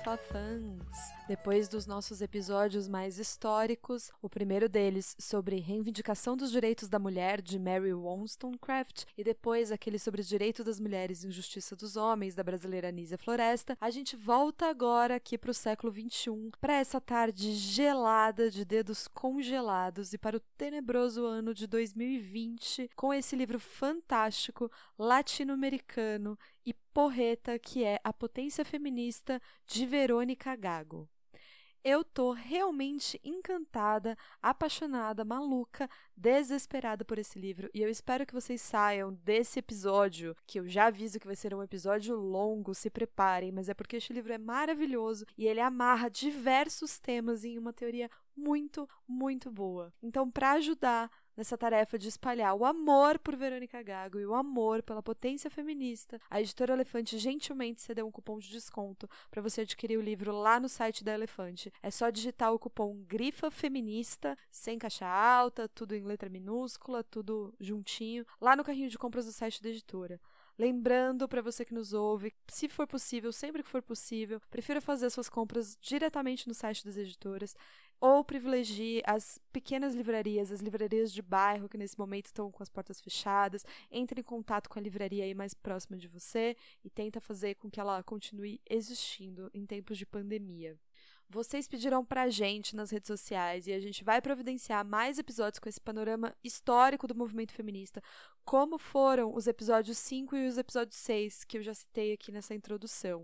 Fafãs! Depois dos nossos episódios mais históricos, o primeiro deles sobre reivindicação dos direitos da mulher, de Mary Wollstonecraft, e depois aquele sobre os direitos das mulheres e injustiça dos homens, da brasileira Anísia Floresta, a gente volta agora aqui para o século XXI, para essa tarde gelada de dedos congelados e para o tenebroso ano de 2020, com esse livro fantástico, latino-americano e porreta que é A Potência Feminista, de Verônica Gago. Eu tô realmente encantada, apaixonada, maluca, desesperada por esse livro e eu espero que vocês saiam desse episódio, que eu já aviso que vai ser um episódio longo, se preparem, mas é porque este livro é maravilhoso e ele amarra diversos temas em uma teoria muito, muito boa. Então, para ajudar nessa tarefa de espalhar o amor por Verônica Gago e o amor pela potência feminista, a Editora Elefante gentilmente cedeu um cupom de desconto para você adquirir o livro lá no site da Elefante. É só digitar o cupom GRIFAFEMINISTA, sem caixa alta, tudo em letra minúscula, tudo juntinho, lá no carrinho de compras do site da editora. Lembrando para você que nos ouve, se for possível, sempre que for possível, prefira fazer suas compras diretamente no site das editoras ou privilegie as pequenas livrarias, as livrarias de bairro que nesse momento estão com as portas fechadas. Entre em contato com a livraria aí mais próxima de você e tenta fazer com que ela continue existindo em tempos de pandemia. Vocês pediram pra gente nas redes sociais e a gente vai providenciar mais episódios com esse panorama histórico do movimento feminista, como foram os episódios 5 e os episódios 6, que eu já citei aqui nessa introdução.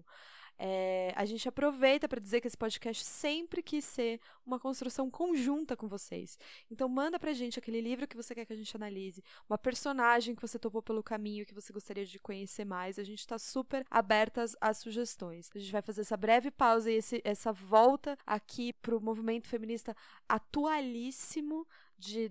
A gente aproveita para dizer que esse podcast sempre quis ser uma construção conjunta com vocês. Então manda pra gente aquele livro que você quer que a gente analise, uma personagem que você topou pelo caminho que você gostaria de conhecer mais. A gente está super abertas às sugestões. A gente vai fazer essa breve pausa e essa volta aqui pro movimento feminista atualíssimo de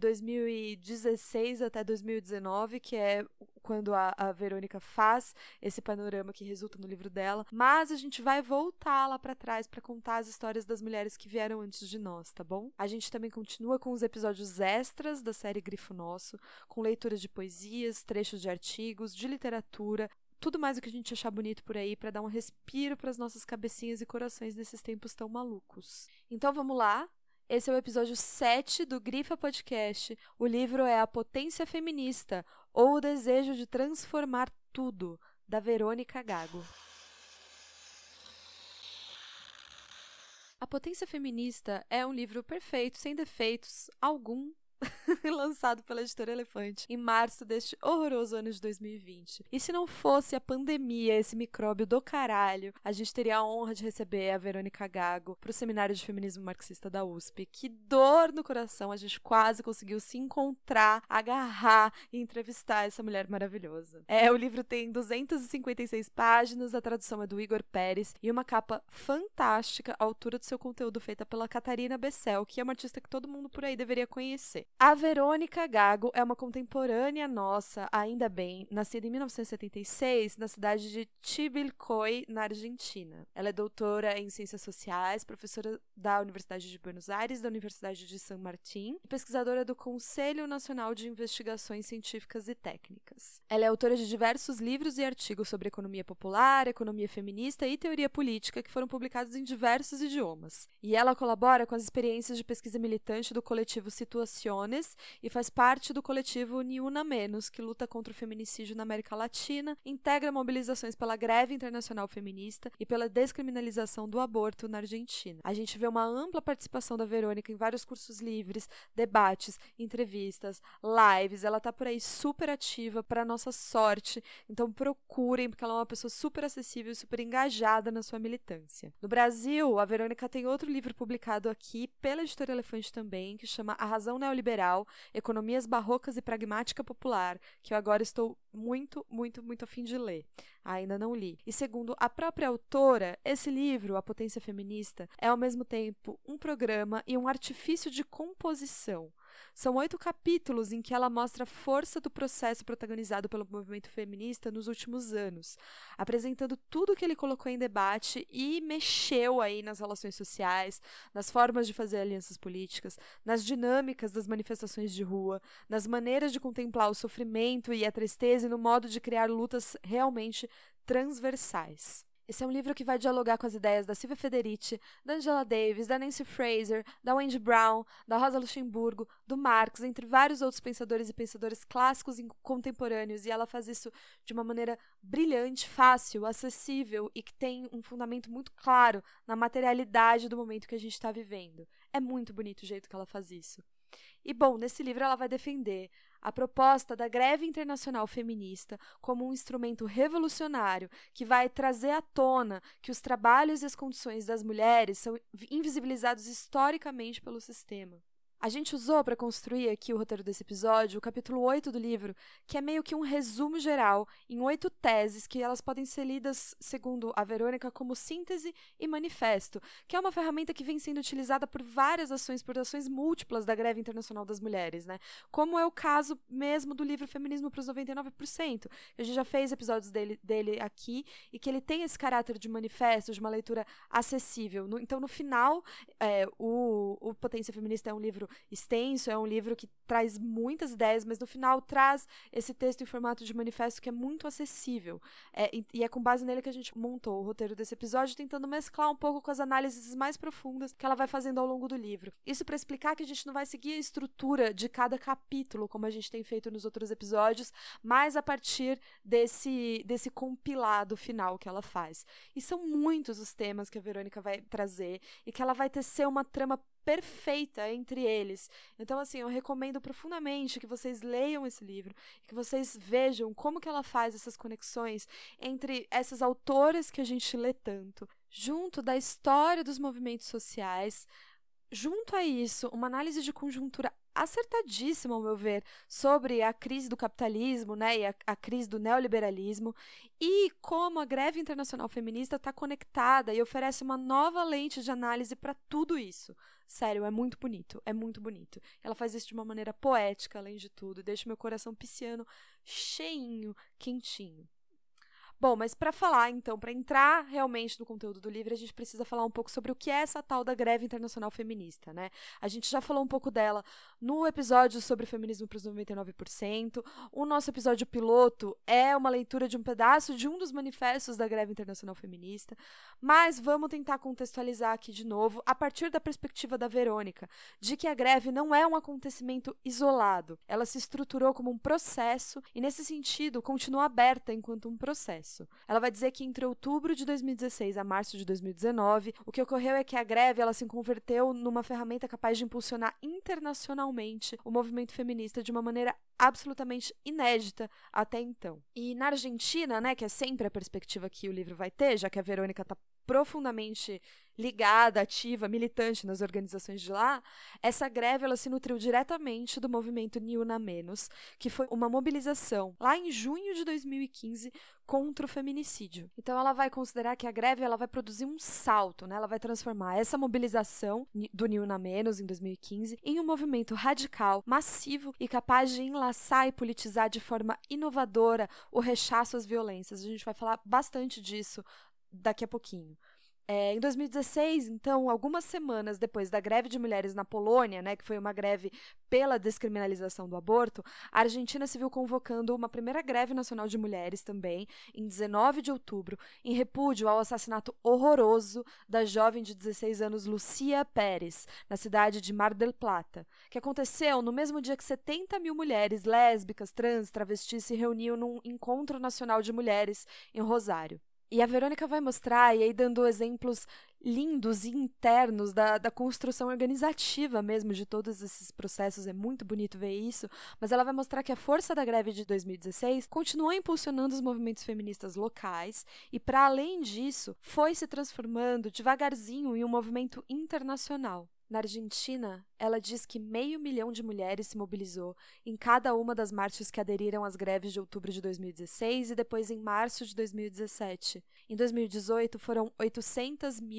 2016 até 2019, que é quando a Verônica faz esse panorama que resulta no livro dela, mas a gente vai voltar lá pra trás pra contar as histórias das mulheres que vieram antes de nós, tá bom? A gente também continua com os episódios extras da série Grifo Nosso, com leituras de poesias, trechos de artigos, de literatura, tudo mais o que a gente achar bonito por aí pra dar um respiro pras nossas cabecinhas e corações nesses tempos tão malucos. Então vamos lá? Esse é o episódio 7 do Grifa Podcast. O livro é A Potência Feminista, ou O Desejo de Transformar Tudo, da Verônica Gago. A Potência Feminista é um livro perfeito, sem defeitos algum, lançado pela Editora Elefante em março deste horroroso ano de 2020. E se não fosse a pandemia, esse micróbio do caralho, a gente teria a honra de receber a Verônica Gago pro Seminário de Feminismo Marxista da USP. Que dor no coração, a gente quase conseguiu se encontrar, agarrar e entrevistar essa mulher maravilhosa. O livro tem 256 páginas, a tradução é do Igor Pérez e uma capa fantástica, à altura do seu conteúdo, feita pela Catarina Bessel, que é uma artista que todo mundo por aí deveria conhecer. A Verônica Gago é uma contemporânea nossa, ainda bem, nascida em 1976, na cidade de Chivilcoy, na Argentina. Ela é doutora em Ciências Sociais, professora da Universidade de Buenos Aires, da Universidade de San Martín, e pesquisadora do Conselho Nacional de Investigações Científicas e Técnicas. Ela é autora de diversos livros e artigos sobre economia popular, economia feminista e teoria política que foram publicados em diversos idiomas. E ela colabora com as experiências de pesquisa militante do coletivo Situaciones e faz parte do coletivo Ni Una Menos, que luta contra o feminicídio na América Latina, integra mobilizações pela greve internacional feminista e pela descriminalização do aborto na Argentina. A gente vê uma ampla participação da Verônica em vários cursos livres, debates, entrevistas, lives. Ela tá por aí super ativa, para nossa sorte, então procurem, porque ela é uma pessoa super acessível e super engajada na sua militância. No Brasil, a Verônica tem outro livro publicado aqui pela Editora Elefante também, que chama A Razão Neoliberal, Economias Barrocas e Pragmática Popular, que eu agora estou muito, muito, muito a fim de ler. Ainda não li. E segundo a própria autora, esse livro, A Potência Feminista, é ao mesmo tempo um programa e um artifício de composição. São 8 capítulos em que ela mostra a força do processo protagonizado pelo movimento feminista nos últimos anos, apresentando tudo o que ele colocou em debate e mexeu aí nas relações sociais, nas formas de fazer alianças políticas, nas dinâmicas das manifestações de rua, nas maneiras de contemplar o sofrimento e a tristeza e no modo de criar lutas realmente transversais. Esse é um livro que vai dialogar com as ideias da Silvia Federici, da Angela Davis, da Nancy Fraser, da Wendy Brown, da Rosa Luxemburgo, do Marx, entre vários outros pensadores e pensadoras clássicos e contemporâneos, e ela faz isso de uma maneira brilhante, fácil, acessível e que tem um fundamento muito claro na materialidade do momento que a gente está vivendo. É muito bonito o jeito que ela faz isso. E, bom, nesse livro ela vai defender a proposta da greve internacional feminista como um instrumento revolucionário que vai trazer à tona que os trabalhos e as condições das mulheres são invisibilizados historicamente pelo sistema. A gente usou para construir aqui o roteiro desse episódio o capítulo 8 do livro, que é meio que um resumo geral em 8 teses que elas podem ser lidas, segundo a Verônica, como síntese e manifesto, que é uma ferramenta que vem sendo utilizada por várias ações, por ações múltiplas da greve internacional das mulheres, né? Como é o caso mesmo do livro Feminismo para os 99%. A gente já fez episódios dele aqui e que ele tem esse caráter de manifesto, de uma leitura acessível. Então, no final, o Potência Feminista é um livro extenso, é um livro que traz muitas ideias, mas no final traz esse texto em formato de manifesto que é muito acessível. E é com base nele que a gente montou o roteiro desse episódio, tentando mesclar um pouco com as análises mais profundas que ela vai fazendo ao longo do livro. Isso para explicar que a gente não vai seguir a estrutura de cada capítulo, como a gente tem feito nos outros episódios, mas a partir desse compilado final que ela faz. E são muitos os temas que a Verônica vai trazer e que ela vai tecer uma trama perfeita entre eles. Então, assim, eu recomendo profundamente que vocês leiam esse livro, que vocês vejam como que ela faz essas conexões entre essas autoras que a gente lê tanto, junto da história dos movimentos sociais, junto a isso, uma análise de conjuntura acertadíssima, ao meu ver, sobre a crise do capitalismo, né, e a crise do neoliberalismo, e como a greve internacional feminista está conectada e oferece uma nova lente de análise para tudo isso. Sério, é muito bonito, é muito bonito. Ela faz isso de uma maneira poética, além de tudo, e deixa meu coração pisciano cheinho, quentinho. Bom, mas para falar, então, para entrar realmente no conteúdo do livro, a gente precisa falar um pouco sobre o que é essa tal da greve internacional feminista, né? A gente já falou um pouco dela no episódio sobre feminismo para os 99%. O nosso episódio piloto é uma leitura de um pedaço de um dos manifestos da greve internacional feminista, mas vamos tentar contextualizar aqui de novo, a partir da perspectiva da Verônica, de que a greve não é um acontecimento isolado. Ela se estruturou como um processo e, nesse sentido, continua aberta enquanto um processo. Ela vai dizer que entre outubro de 2016 a março de 2019, o que ocorreu é que a greve ela se converteu numa ferramenta capaz de impulsionar internacionalmente o movimento feminista de uma maneira absolutamente inédita até então. E na Argentina, né, que é sempre a perspectiva que o livro vai ter, já que a Verônica está profundamente ligada, ativa, militante nas organizações de lá, essa greve ela se nutriu diretamente do movimento Ni Una Menos, que foi uma mobilização lá em junho de 2015 contra o feminicídio. Então ela vai considerar que a greve ela vai produzir um salto, né? Ela vai transformar essa mobilização do Ni Una Menos em 2015 em um movimento radical, massivo e capaz de enlaçar e politizar de forma inovadora o rechaço às violências. A gente vai falar bastante disso daqui a pouquinho. Em 2016, então, algumas semanas depois da greve de mulheres na Polônia, né, que foi uma greve pela descriminalização do aborto, a Argentina se viu convocando uma primeira greve nacional de mulheres também, em 19 de outubro, em repúdio ao assassinato horroroso da jovem de 16 anos Lucía Pérez, na cidade de Mar del Plata, que aconteceu no mesmo dia que 70 mil mulheres lésbicas, trans, travestis se reuniam num encontro nacional de mulheres em Rosário. E a Verônica vai mostrar, e aí dando exemplos lindos e internos da construção organizativa mesmo de todos esses processos, é muito bonito ver isso, mas ela vai mostrar que a força da greve de 2016 continuou impulsionando os movimentos feministas locais e, para além disso, foi se transformando devagarzinho em um movimento internacional. Na Argentina, ela diz que 500 mil de mulheres se mobilizou em cada uma das marchas que aderiram às greves de outubro de 2016 e depois em março de 2017. Em 2018, foram 800 mil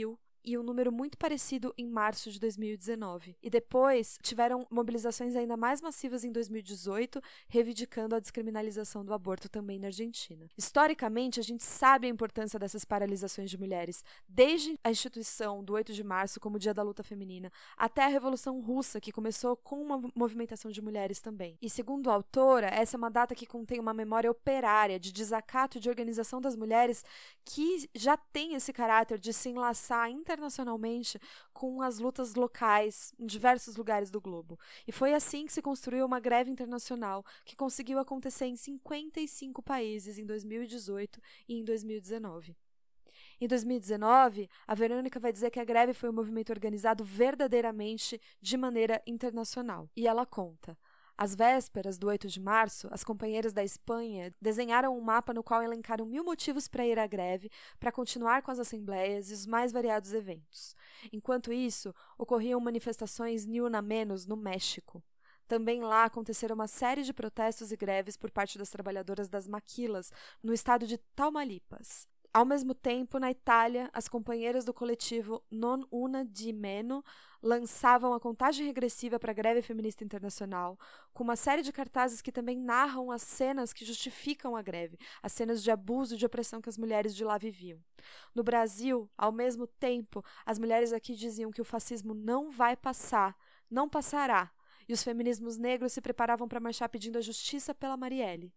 e um número muito parecido em março de 2019. E depois tiveram mobilizações ainda mais massivas em 2018, reivindicando a descriminalização do aborto também na Argentina. Historicamente, a gente sabe a importância dessas paralisações de mulheres, desde a instituição do 8 de março como Dia da Luta Feminina, até a Revolução Russa, que começou com uma movimentação de mulheres também. E segundo a autora, essa é uma data que contém uma memória operária, de desacato e de organização das mulheres, que já tem esse caráter de se enlaçar internacionalmente com as lutas locais em diversos lugares do globo. E foi assim que se construiu uma greve internacional que conseguiu acontecer em 55 países em 2018 e em 2019. Em 2019, a Verônica vai dizer que a greve foi um movimento organizado verdadeiramente de maneira internacional. E ela conta: às vésperas do 8 de março, as companheiras da Espanha desenharam um mapa no qual elencaram 1000 motivos para ir à greve, para continuar com as assembleias e os mais variados eventos. Enquanto isso, ocorriam manifestações Ni Una Menos no México. Também lá aconteceram uma série de protestos e greves por parte das trabalhadoras das maquilas, no estado de Tamaulipas. Ao mesmo tempo, na Itália, as companheiras do coletivo Non Una di Meno lançavam a contagem regressiva para a greve feminista internacional, com uma série de cartazes que também narram as cenas que justificam a greve, as cenas de abuso e de opressão que as mulheres de lá viviam. No Brasil, ao mesmo tempo, as mulheres aqui diziam que o fascismo não vai passar, não passará, e os feminismos negros se preparavam para marchar pedindo a justiça pela Marielle.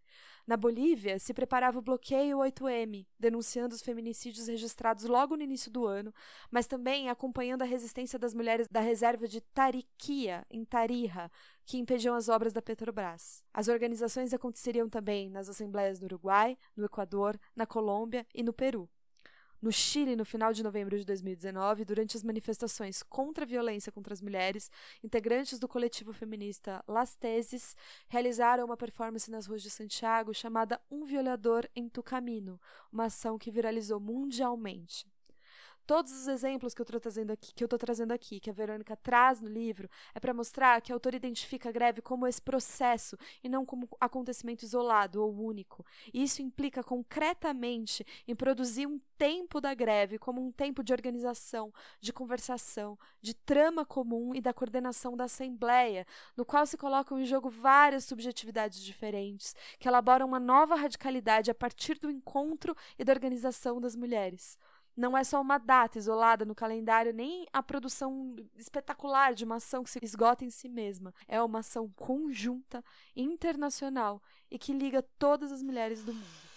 Na Bolívia, se preparava o bloqueio 8M, denunciando os feminicídios registrados logo no início do ano, mas também acompanhando a resistência das mulheres da reserva de Tariquia, em Tarija, que impediam as obras da Petrobras. As organizações aconteceriam também nas assembleias no Uruguai, no Equador, na Colômbia e no Peru. No Chile, no final de novembro de 2019, durante as manifestações contra a violência contra as mulheres, integrantes do coletivo feminista Las Tesis realizaram uma performance nas ruas de Santiago chamada Um Violador em Tu Camino, uma ação que viralizou mundialmente. Todos os exemplos que eu estou trazendo aqui, que a Verônica traz no livro, é para mostrar que a autora identifica a greve como esse processo e não como acontecimento isolado ou único. E isso implica concretamente em produzir um tempo da greve como um tempo de organização, de conversação, de trama comum e da coordenação da assembleia, no qual se colocam em jogo várias subjetividades diferentes, que elaboram uma nova radicalidade a partir do encontro e da organização das mulheres. Não é só uma data isolada no calendário, nem a produção espetacular de uma ação que se esgota em si mesma. É uma ação conjunta, internacional e que liga todas as mulheres do mundo.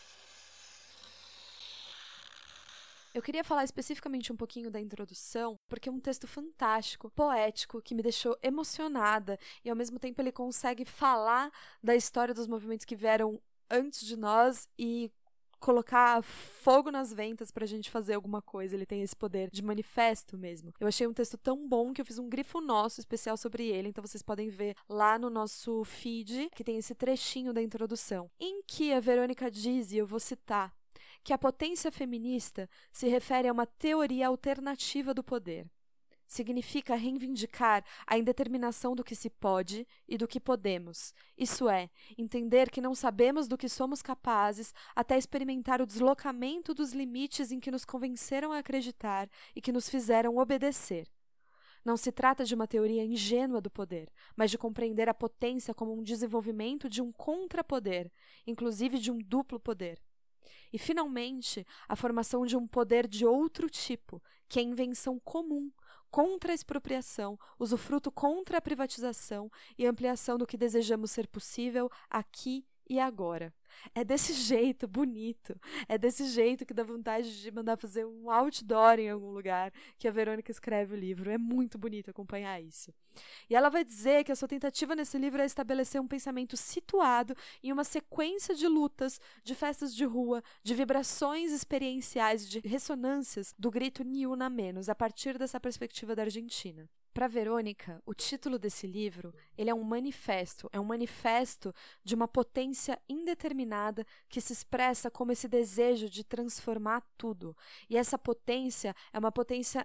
Eu queria falar especificamente um pouquinho da introdução, porque é um texto fantástico, poético, que me deixou emocionada e ao mesmo tempo ele consegue falar da história dos movimentos que vieram antes de nós e colocar fogo nas ventas pra gente fazer alguma coisa. Ele tem esse poder de manifesto mesmo. Eu achei um texto tão bom que eu fiz um grifo nosso especial sobre ele, então vocês podem ver lá no nosso feed, que tem esse trechinho da introdução, em que a Verônica diz, e eu vou citar, que a potência feminista se refere a uma teoria alternativa do poder. Significa reivindicar a indeterminação do que se pode e do que podemos. Isso é, entender que não sabemos do que somos capazes até experimentar o deslocamento dos limites em que nos convenceram a acreditar e que nos fizeram obedecer. Não se trata de uma teoria ingênua do poder, mas de compreender a potência como um desenvolvimento de um contrapoder, inclusive de um duplo poder. E, finalmente, a formação de um poder de outro tipo, que é a invenção comum, contra a expropriação, usufruto contra a privatização e ampliação do que desejamos ser possível aqui e agora. É desse jeito bonito, é desse jeito que dá vontade de mandar fazer um outdoor em algum lugar que a Verônica escreve o livro. É muito bonito acompanhar isso. E ela vai dizer que a sua tentativa nesse livro é estabelecer um pensamento situado em uma sequência de lutas, de festas de rua, de vibrações experienciais, de ressonâncias do grito Ni Una Menos, a partir dessa perspectiva da Argentina. Para Verônica, o título desse livro, ele é um manifesto de uma potência indeterminada que se expressa como esse desejo de transformar tudo. E essa potência é uma potência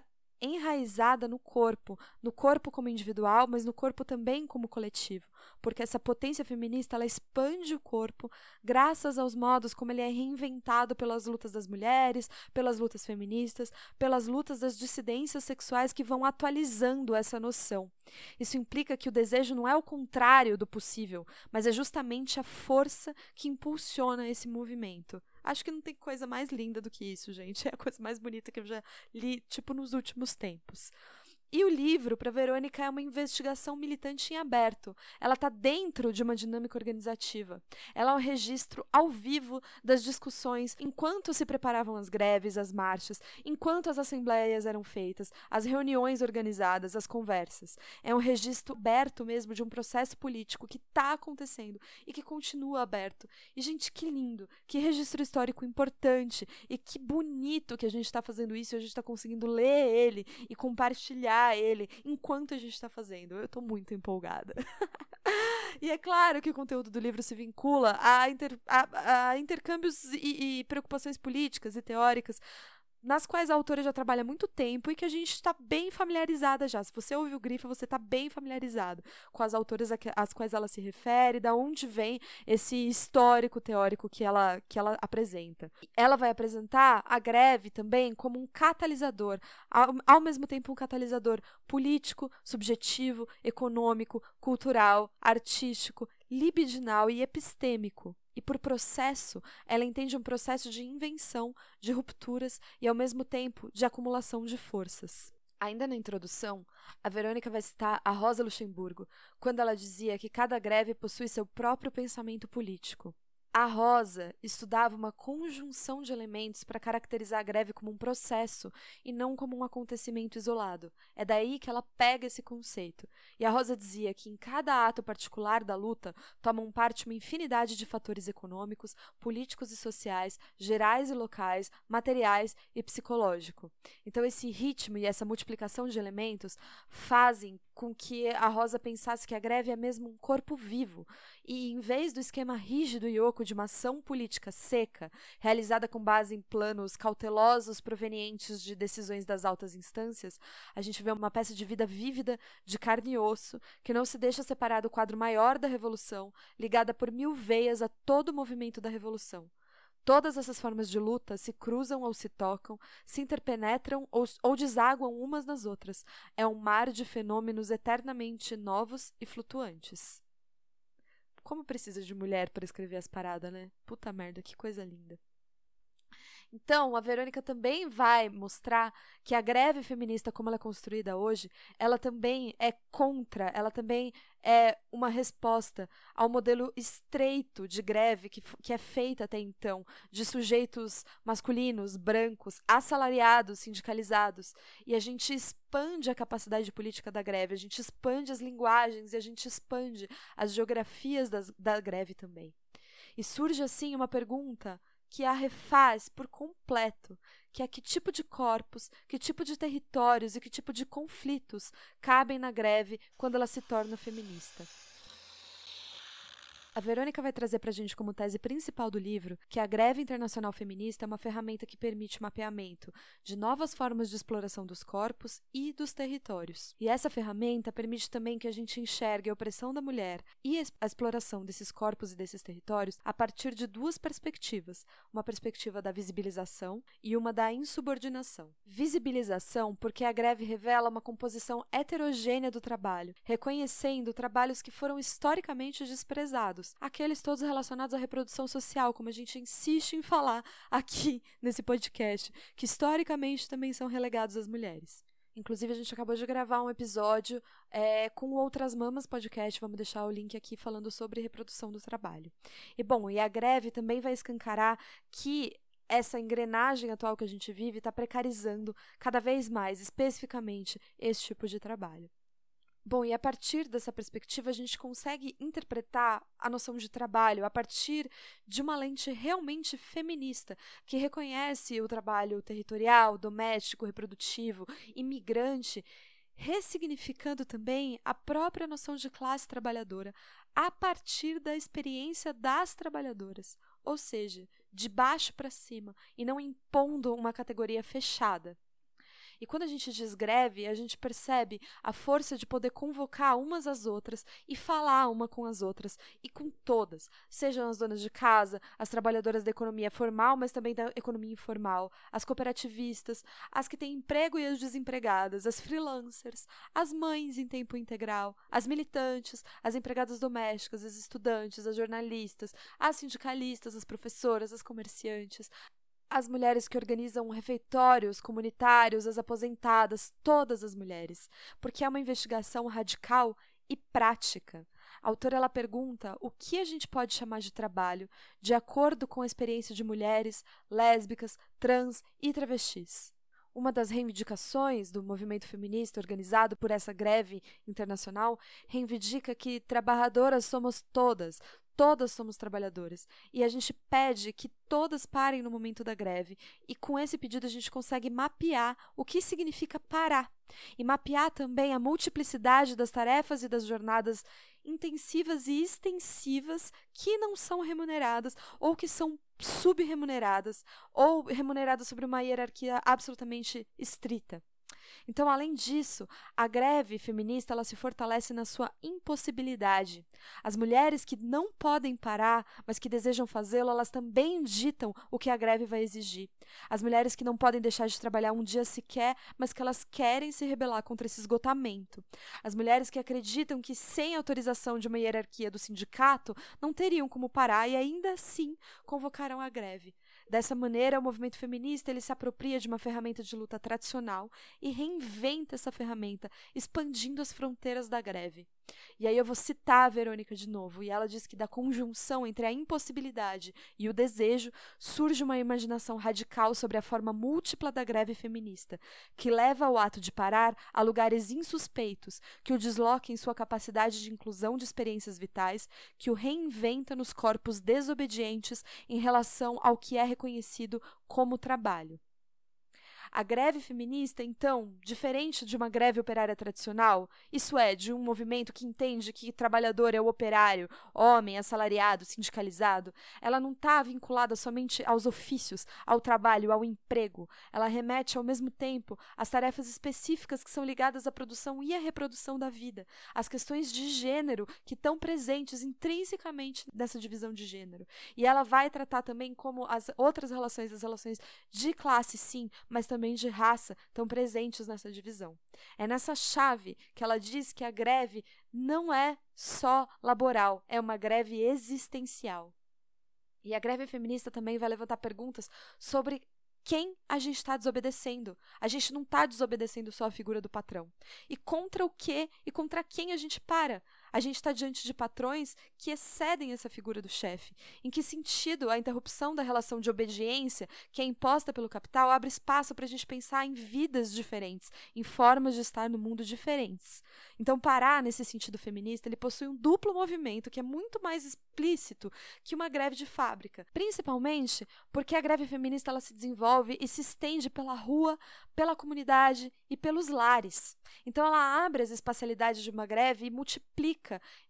enraizada no corpo como individual, mas no corpo também como coletivo, porque essa potência feminista, ela expande o corpo graças aos modos como ele é reinventado pelas lutas das mulheres, pelas lutas feministas, pelas lutas das dissidências sexuais que vão atualizando essa noção. Isso implica que o desejo não é o contrário do possível, mas é justamente a força que impulsiona esse movimento. Acho que não tem coisa mais linda do que isso, gente. É a coisa mais bonita que eu já li, nos últimos tempos. E o livro, para Verônica, é uma investigação militante em aberto. Ela está dentro de uma dinâmica organizativa. Ela é um registro ao vivo das discussões enquanto se preparavam as greves, as marchas, enquanto as assembleias eram feitas, as reuniões organizadas, as conversas. É um registro aberto mesmo de um processo político que está acontecendo e que continua aberto. E, gente, que lindo, que registro histórico importante e que bonito que a gente está fazendo isso e a gente está conseguindo ler ele e compartilhar ele enquanto a gente está fazendo. Eu estou muito empolgada. E é claro que o conteúdo do livro se vincula a intercâmbios e preocupações políticas e teóricas nas quais a autora já trabalha há muito tempo e que a gente está bem familiarizada já. Se você ouve o Grifa, você está bem familiarizado com as autoras às quais ela se refere, da onde vem esse histórico teórico que ela apresenta. Ela vai apresentar a greve também como um catalisador, ao mesmo tempo um catalisador político, subjetivo, econômico, cultural, artístico, libidinal e epistêmico. E por processo, ela entende um processo de invenção, de rupturas e, ao mesmo tempo, de acumulação de forças. Ainda na introdução, a Verônica vai citar a Rosa Luxemburgo, quando ela dizia que cada greve possui seu próprio pensamento político. A Rosa estudava uma conjunção de elementos para caracterizar a greve como um processo e não como um acontecimento isolado. É daí que ela pega esse conceito. E a Rosa dizia que em cada ato particular da luta tomam parte uma infinidade de fatores econômicos, políticos e sociais, gerais e locais, materiais e psicológico. Então esse ritmo e essa multiplicação de elementos fazem com que a Rosa pensasse que a greve é mesmo um corpo vivo e, em vez do esquema rígido e oco de uma ação política seca, realizada com base em planos cautelosos provenientes de decisões das altas instâncias, a gente vê uma peça de vida vívida, de carne e osso, que não se deixa separar do quadro maior da Revolução, ligada por mil veias a todo o movimento da Revolução. Todas essas formas de luta se cruzam ou se tocam, se interpenetram ou desaguam umas nas outras. É um mar de fenômenos eternamente novos e flutuantes. Como precisa de mulher para escrever as paradas, né? Puta merda, que coisa linda. Então, a Verônica também vai mostrar que a greve feminista, como ela é construída hoje, ela também é contra, ela também é uma resposta ao modelo estreito de greve que é feita até então, de sujeitos masculinos, brancos, assalariados, sindicalizados. E a gente expande a capacidade política da greve, a gente expande as linguagens e a gente expande as geografias da greve também. E surge, assim, uma pergunta que a refaz por completo, que é que tipo de corpos, que tipo de territórios e que tipo de conflitos cabem na greve quando ela se torna feminista. A Verônica vai trazer para a gente como tese principal do livro que a greve internacional feminista é uma ferramenta que permite o mapeamento de novas formas de exploração dos corpos e dos territórios. E essa ferramenta permite também que a gente enxergue a opressão da mulher e a exploração desses corpos e desses territórios a partir de duas perspectivas, uma perspectiva da visibilização e uma da insubordinação. Visibilização porque a greve revela uma composição heterogênea do trabalho, reconhecendo trabalhos que foram historicamente desprezados, aqueles todos relacionados à reprodução social, como a gente insiste em falar aqui nesse podcast, que historicamente também são relegados às mulheres. Inclusive, a gente acabou de gravar um episódio com Outras Mamas Podcast, vamos deixar o link aqui falando sobre reprodução do trabalho. E a greve também vai escancarar que essa engrenagem atual que a gente vive está precarizando cada vez mais, especificamente, esse tipo de trabalho. E a partir dessa perspectiva, a gente consegue interpretar a noção de trabalho a partir de uma lente realmente feminista, que reconhece o trabalho territorial, doméstico, reprodutivo, imigrante, ressignificando também a própria noção de classe trabalhadora a partir da experiência das trabalhadoras, ou seja, de baixo para cima, e não impondo uma categoria fechada. E quando a gente diz greve, a gente percebe a força de poder convocar umas às outras e falar uma com as outras e com todas, sejam as donas de casa, as trabalhadoras da economia formal, mas também da economia informal, as cooperativistas, as que têm emprego e as desempregadas, as freelancers, as mães em tempo integral, as militantes, as empregadas domésticas, as estudantes, as jornalistas, as sindicalistas, as professoras, as comerciantes, as mulheres que organizam refeitórios comunitários, as aposentadas, todas as mulheres, porque é uma investigação radical e prática. A autora ela pergunta o que a gente pode chamar de trabalho de acordo com a experiência de mulheres, lésbicas, trans e travestis. Uma das reivindicações do movimento feminista organizado por essa greve internacional reivindica que trabalhadoras somos todas, todas somos trabalhadoras. E a gente pede que todas parem no momento da greve. E com esse pedido a gente consegue mapear o que significa parar. E mapear também a multiplicidade das tarefas e das jornadas intensivas e extensivas que não são remuneradas ou que são subremuneradas ou remuneradas sobre uma hierarquia absolutamente estrita. Então, além disso, a greve feminista ela se fortalece na sua impossibilidade. As mulheres que não podem parar, mas que desejam fazê-lo, elas também ditam o que a greve vai exigir. As mulheres que não podem deixar de trabalhar um dia sequer, mas que elas querem se rebelar contra esse esgotamento. As mulheres que acreditam que sem autorização de uma hierarquia do sindicato não teriam como parar e ainda assim convocarão a greve. Dessa maneira, o movimento feminista ele se apropria de uma ferramenta de luta tradicional e reinventa essa ferramenta, expandindo as fronteiras da greve. E aí eu vou citar a Verônica de novo, e ela diz que da conjunção entre a impossibilidade e o desejo surge uma imaginação radical sobre a forma múltipla da greve feminista, que leva ao ato de parar a lugares insuspeitos, que o desloca em sua capacidade de inclusão de experiências vitais, que o reinventa nos corpos desobedientes em relação ao que é reconhecido como trabalho. A greve feminista, então, diferente de uma greve operária tradicional, isso é, de um movimento que entende que trabalhador é o operário, homem, assalariado, sindicalizado, ela não está vinculada somente aos ofícios, ao trabalho, ao emprego. Ela remete, ao mesmo tempo, às tarefas específicas que são ligadas à produção e à reprodução da vida, às questões de gênero que estão presentes intrinsecamente nessa divisão de gênero. E ela vai tratar também como as outras relações, as relações de classe, sim, mas também de raça estão presentes nessa divisão. É nessa chave que ela diz que a greve não é só laboral, é uma greve existencial. E a greve feminista também vai levantar perguntas sobre quem a gente está desobedecendo. A gente não está desobedecendo só a figura do patrão. E contra o que e contra quem a gente para? A gente está diante de patrões que excedem essa figura do chefe. Em que sentido a interrupção da relação de obediência que é imposta pelo capital abre espaço para a gente pensar em vidas diferentes, em formas de estar no mundo diferentes. Então, parar nesse sentido feminista, ele possui um duplo movimento que é muito mais explícito que uma greve de fábrica. Principalmente porque a greve feminista ela se desenvolve e se estende pela rua, pela comunidade e pelos lares. Então, ela abre as espacialidades de uma greve e multiplica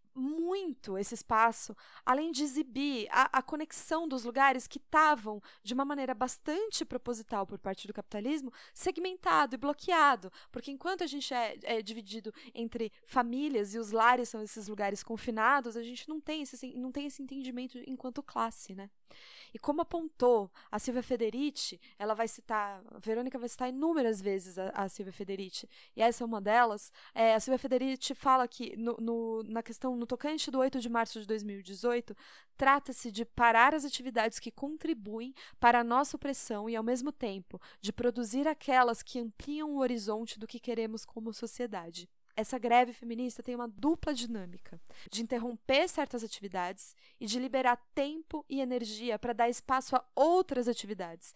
muito esse espaço, além de exibir a conexão dos lugares que estavam, de uma maneira bastante proposital por parte do capitalismo, segmentado e bloqueado, porque enquanto a gente é dividido entre famílias e os lares são esses lugares confinados, a gente não tem esse entendimento enquanto classe, né? E como apontou a Silvia Federici, a Verônica vai citar inúmeras vezes a Silvia Federici, e essa é uma delas. A Silvia Federici fala que na questão, no tocante do 8 de março de 2018, trata-se de parar as atividades que contribuem para a nossa opressão e, ao mesmo tempo, de produzir aquelas que ampliam o horizonte do que queremos como sociedade. Essa greve feminista tem uma dupla dinâmica de interromper certas atividades e de liberar tempo e energia para dar espaço a outras atividades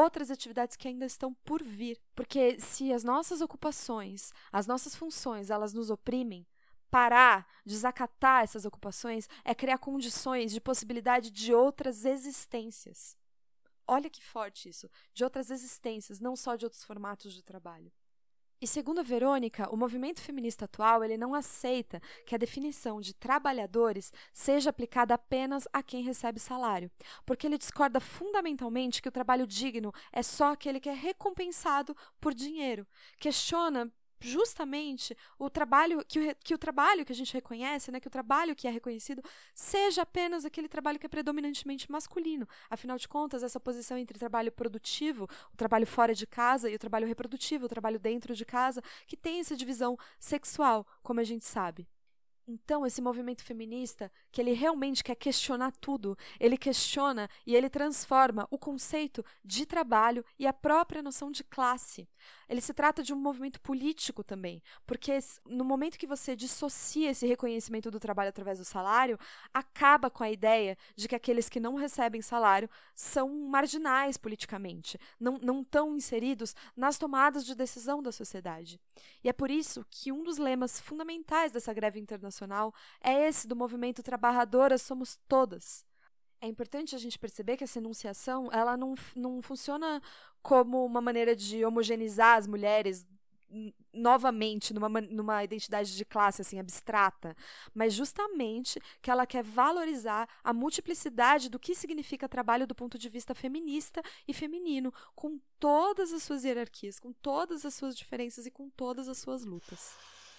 que ainda estão por vir. Porque se as nossas ocupações, as nossas funções, elas nos oprimem, parar, desacatar essas ocupações é criar condições de possibilidade de outras existências. Olha que forte isso, de outras existências, não só de outros formatos de trabalho. E segundo a Verônica, o movimento feminista atual ele não aceita que a definição de trabalhadores seja aplicada apenas a quem recebe salário, porque ele discorda fundamentalmente que o trabalho digno é só aquele que é recompensado por dinheiro. Questiona justamente o trabalho que o trabalho que a gente reconhece, né, que o trabalho que é reconhecido seja apenas aquele trabalho que é predominantemente masculino. Afinal de contas, essa posição entre trabalho produtivo, o trabalho fora de casa, e o trabalho reprodutivo, o trabalho dentro de casa, que tem essa divisão sexual, como a gente sabe. Então, esse movimento feminista, que ele realmente quer questionar tudo, ele questiona e ele transforma o conceito de trabalho e a própria noção de classe. Ele se trata de um movimento político também, porque no momento que você dissocia esse reconhecimento do trabalho através do salário, acaba com a ideia de que aqueles que não recebem salário são marginais politicamente, não estão inseridos nas tomadas de decisão da sociedade. E é por isso que um dos lemas fundamentais dessa greve internacional é esse do movimento Trabalhadoras Somos Todas. É importante a gente perceber que essa enunciação ela não funciona como uma maneira de homogeneizar as mulheres novamente numa identidade de classe assim abstrata, mas justamente que ela quer valorizar a multiplicidade do que significa trabalho do ponto de vista feminista e feminino, com todas as suas hierarquias, com todas as suas diferenças e com todas as suas lutas.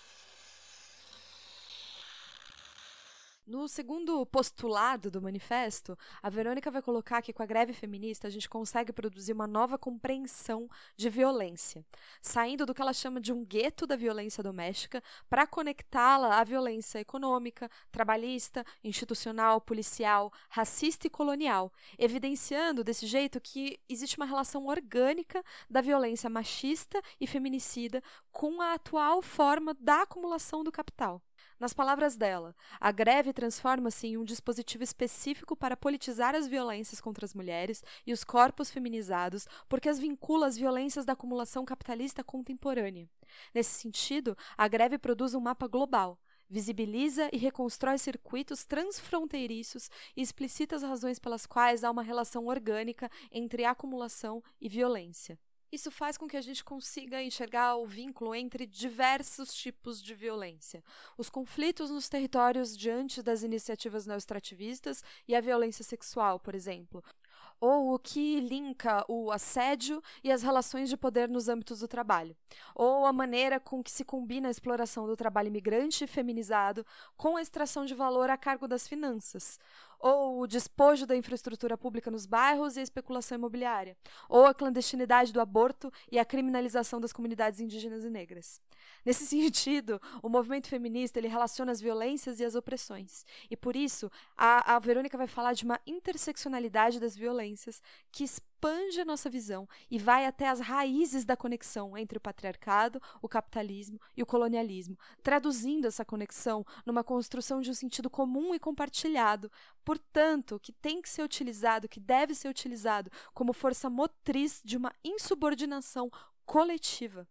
No segundo postulado do manifesto, a Verônica vai colocar que com a greve feminista a gente consegue produzir uma nova compreensão de violência, saindo do que ela chama de um gueto da violência doméstica para conectá-la à violência econômica, trabalhista, institucional, policial, racista e colonial, evidenciando desse jeito que existe uma relação orgânica da violência machista e feminicida com a atual forma da acumulação do capital. Nas palavras dela, a greve transforma-se em um dispositivo específico para politizar as violências contra as mulheres e os corpos feminizados, porque as vincula às violências da acumulação capitalista contemporânea. Nesse sentido, a greve produz um mapa global, visibiliza e reconstrói circuitos transfronteiriços e explicita as razões pelas quais há uma relação orgânica entre acumulação e violência. Isso faz com que a gente consiga enxergar o vínculo entre diversos tipos de violência. Os conflitos nos territórios diante das iniciativas neoextrativistas e a violência sexual, por exemplo. Ou o que linka o assédio e as relações de poder nos âmbitos do trabalho. Ou a maneira com que se combina a exploração do trabalho imigrante feminizado com a extração de valor a cargo das finanças. Ou o despojo da infraestrutura pública nos bairros e a especulação imobiliária. Ou a clandestinidade do aborto e a criminalização das comunidades indígenas e negras. Nesse sentido, o movimento feminista ele relaciona as violências e as opressões. E por isso, a Verônica vai falar de uma interseccionalidade das violências que expande a nossa visão e vai até as raízes da conexão entre o patriarcado, o capitalismo e o colonialismo, traduzindo essa conexão numa construção de um sentido comum e compartilhado, portanto, que tem que ser utilizado, que deve ser utilizado como força motriz de uma insubordinação coletiva.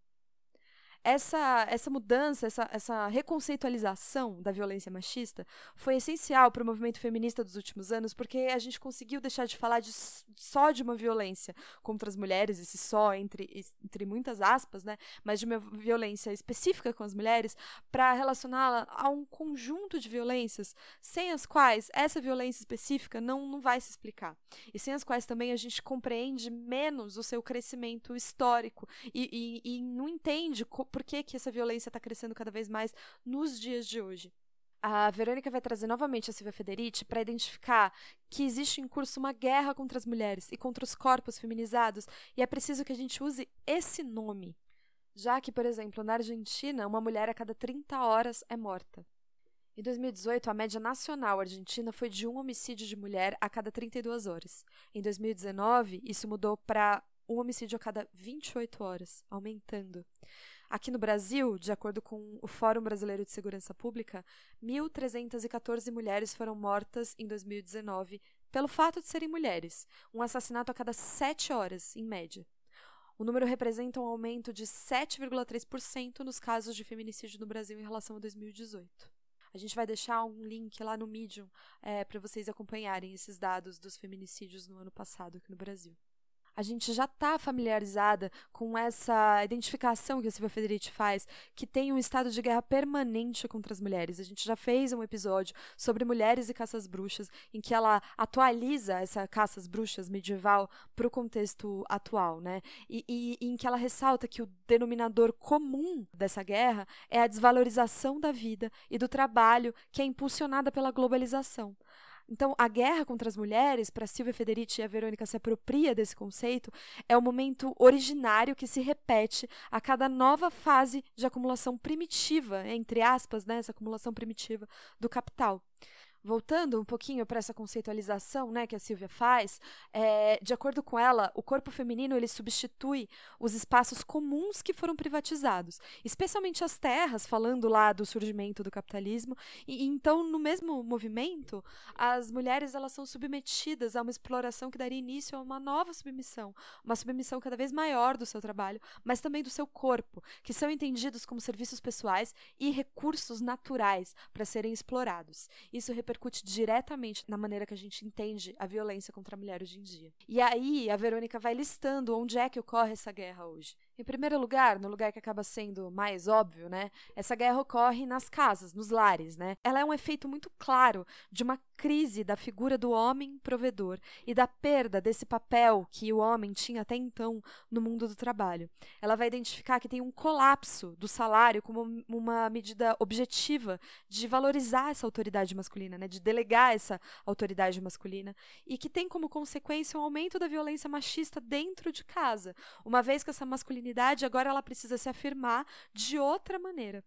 Essa mudança, essa reconceitualização da violência machista foi essencial para o movimento feminista dos últimos anos, porque a gente conseguiu deixar de falar só de uma violência contra as mulheres, esse só entre muitas aspas, né, mas de uma violência específica com as mulheres, para relacioná-la a um conjunto de violências sem as quais essa violência específica não vai se explicar. E sem as quais também a gente compreende menos o seu crescimento histórico e não entende por que essa violência está crescendo cada vez mais nos dias de hoje. A Verônica vai trazer novamente a Silvia Federici para identificar que existe em curso uma guerra contra as mulheres e contra os corpos feminizados, e é preciso que a gente use esse nome. Já que, por exemplo, na Argentina, uma mulher a cada 30 horas é morta. Em 2018, a média nacional argentina foi de um homicídio de mulher a cada 32 horas. Em 2019, isso mudou para um homicídio a cada 28 horas, aumentando. Aqui no Brasil, de acordo com o Fórum Brasileiro de Segurança Pública, 1.314 mulheres foram mortas em 2019 pelo fato de serem mulheres, um assassinato a cada 7 horas, em média. O número representa um aumento de 7,3% nos casos de feminicídio no Brasil em relação a 2018. A gente vai deixar um link lá no Medium para vocês acompanharem esses dados dos feminicídios no ano passado aqui no Brasil. A gente já está familiarizada com essa identificação que a Silvia Federici faz, que tem um estado de guerra permanente contra as mulheres. A gente já fez um episódio sobre mulheres e caças bruxas, em que ela atualiza essa caças bruxas medieval para o contexto atual, né? E em que ela ressalta que o denominador comum dessa guerra é a desvalorização da vida e do trabalho que é impulsionada pela globalização. Então, a guerra contra as mulheres, para Silvia Federici e a Verônica se apropria desse conceito, é um momento originário que se repete a cada nova fase de acumulação primitiva, entre aspas, né, essa acumulação primitiva do capital. Voltando um pouquinho para essa conceitualização, né, que a Silvia faz, de acordo com ela, o corpo feminino ele substitui os espaços comuns que foram privatizados, especialmente as terras, falando lá do surgimento do capitalismo. E então, no mesmo movimento, as mulheres elas são submetidas a uma exploração que daria início a uma nova submissão, uma submissão cada vez maior do seu trabalho, mas também do seu corpo, que são entendidos como serviços pessoais e recursos naturais para serem explorados. Isso repercute diretamente na maneira que a gente entende a violência contra a mulher hoje em dia. E aí, a Verônica vai listando onde é que ocorre essa guerra hoje. Em primeiro lugar, no lugar que acaba sendo mais óbvio, né? Essa guerra ocorre nas casas, nos lares, né? Ela é um efeito muito claro de uma crise da figura do homem provedor e da perda desse papel que o homem tinha até então no mundo do trabalho. Ela vai identificar que tem um colapso do salário como uma medida objetiva de valorizar essa autoridade masculina, né? De delegar essa autoridade masculina e que tem como consequência um aumento da violência machista dentro de casa, uma vez que essa masculinidade agora ela precisa se afirmar de outra maneira.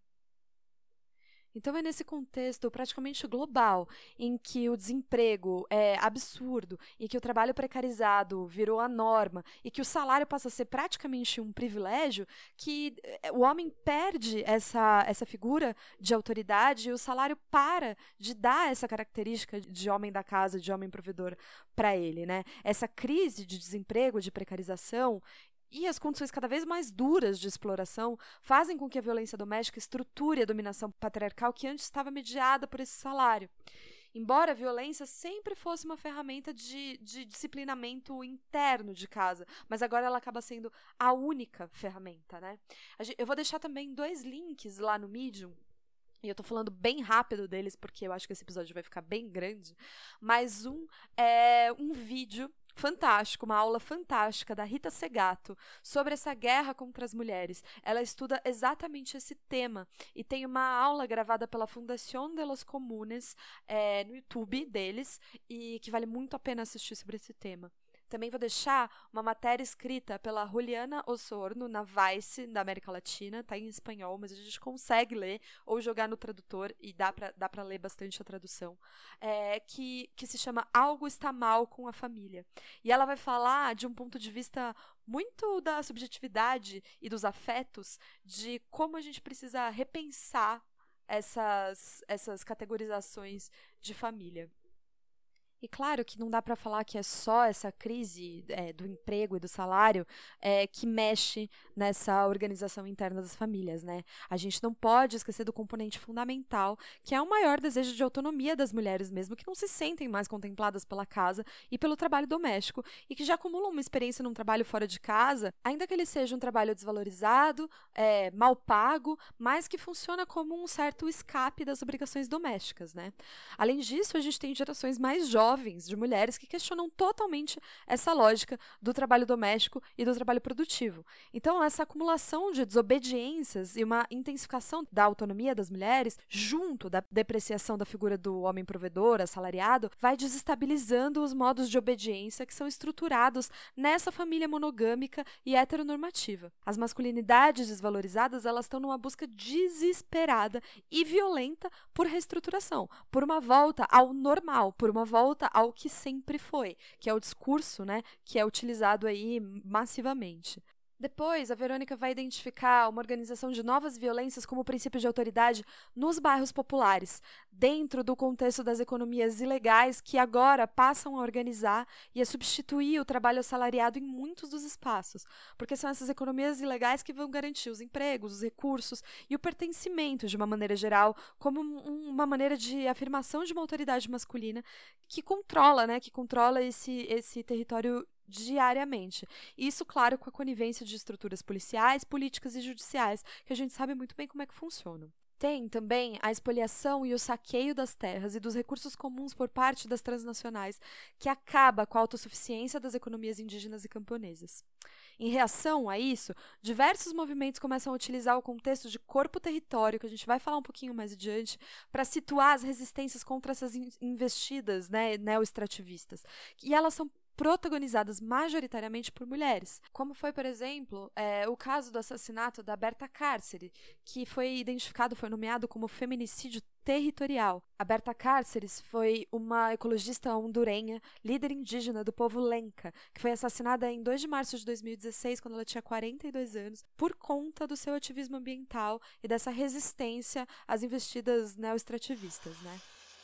Então é nesse contexto praticamente global, em que o desemprego é absurdo, e que o trabalho precarizado virou a norma, e que o salário passa a ser praticamente um privilégio, que o homem perde essa figura de autoridade e o salário para de dar essa característica de homem da casa, de homem provedor para ele, né? Essa crise de desemprego, de precarização, e as condições cada vez mais duras de exploração fazem com que a violência doméstica estruture a dominação patriarcal que antes estava mediada por esse salário. Embora a violência sempre fosse uma ferramenta de disciplinamento interno de casa, mas agora ela acaba sendo a única ferramenta, né? Eu vou deixar também 2 links lá no Medium, e eu tô falando bem rápido deles, porque eu acho que esse episódio vai ficar bem grande, mas um é um vídeo fantástico, uma aula fantástica da Rita Segato sobre essa guerra contra as mulheres. Ela estuda exatamente esse tema e tem uma aula gravada pela Fundación de los Comunes no YouTube deles e que vale muito a pena assistir sobre esse tema. Também vou deixar uma matéria escrita pela Juliana Osorno na Vice da América Latina, tá em espanhol, mas a gente consegue ler ou jogar no tradutor e dá para ler bastante a tradução, que se chama Algo Está Mal com a Família. E ela vai falar de um ponto de vista muito da subjetividade e dos afetos, de como a gente precisa repensar essas categorizações de família. E claro que não dá para falar que é só essa crise do emprego e do salário que mexe nessa organização interna das famílias, né? A gente não pode esquecer do componente fundamental, que é o maior desejo de autonomia das mulheres mesmo, que não se sentem mais contempladas pela casa e pelo trabalho doméstico, e que já acumulam uma experiência num trabalho fora de casa, ainda que ele seja um trabalho desvalorizado, mal pago, mas que funciona como um certo escape das obrigações domésticas, né? Além disso, a gente tem gerações mais jovens de mulheres que questionam totalmente essa lógica do trabalho doméstico e do trabalho produtivo. Então, essa acumulação de desobediências e uma intensificação da autonomia das mulheres, junto da depreciação da figura do homem provedor, assalariado, vai desestabilizando os modos de obediência que são estruturados nessa família monogâmica e heteronormativa. As masculinidades desvalorizadas, elas estão numa busca desesperada e violenta por reestruturação, por uma volta ao normal, por uma volta ao que sempre foi, que é o discurso, né, que é utilizado aí massivamente. Depois, a Verônica vai identificar uma organização de novas violências como princípio de autoridade nos bairros populares, dentro do contexto das economias ilegais que agora passam a organizar e a substituir o trabalho assalariado em muitos dos espaços, porque são essas economias ilegais que vão garantir os empregos, os recursos e o pertencimento, de uma maneira geral, como uma maneira de afirmação de uma autoridade masculina que controla esse território diariamente. Isso, claro, com a conivência de estruturas policiais, políticas e judiciais, que a gente sabe muito bem como é que funcionam. Tem também a expoliação e o saqueio das terras e dos recursos comuns por parte das transnacionais, que acaba com a autossuficiência das economias indígenas e camponesas. Em reação a isso, diversos movimentos começam a utilizar o contexto de corpo-território, que a gente vai falar um pouquinho mais adiante, para situar as resistências contra essas investidas, né, neo-extrativistas. E elas são protagonizadas majoritariamente por mulheres, como foi, por exemplo, o caso do assassinato da Berta Cáceres, que foi nomeado como feminicídio territorial. A Berta Cáceres foi uma ecologista hondurenha, líder indígena do povo Lenca, que foi assassinada em 2 de março de 2016, quando ela tinha 42 anos, por conta do seu ativismo ambiental e dessa resistência às investidas neo-extrativistas, né?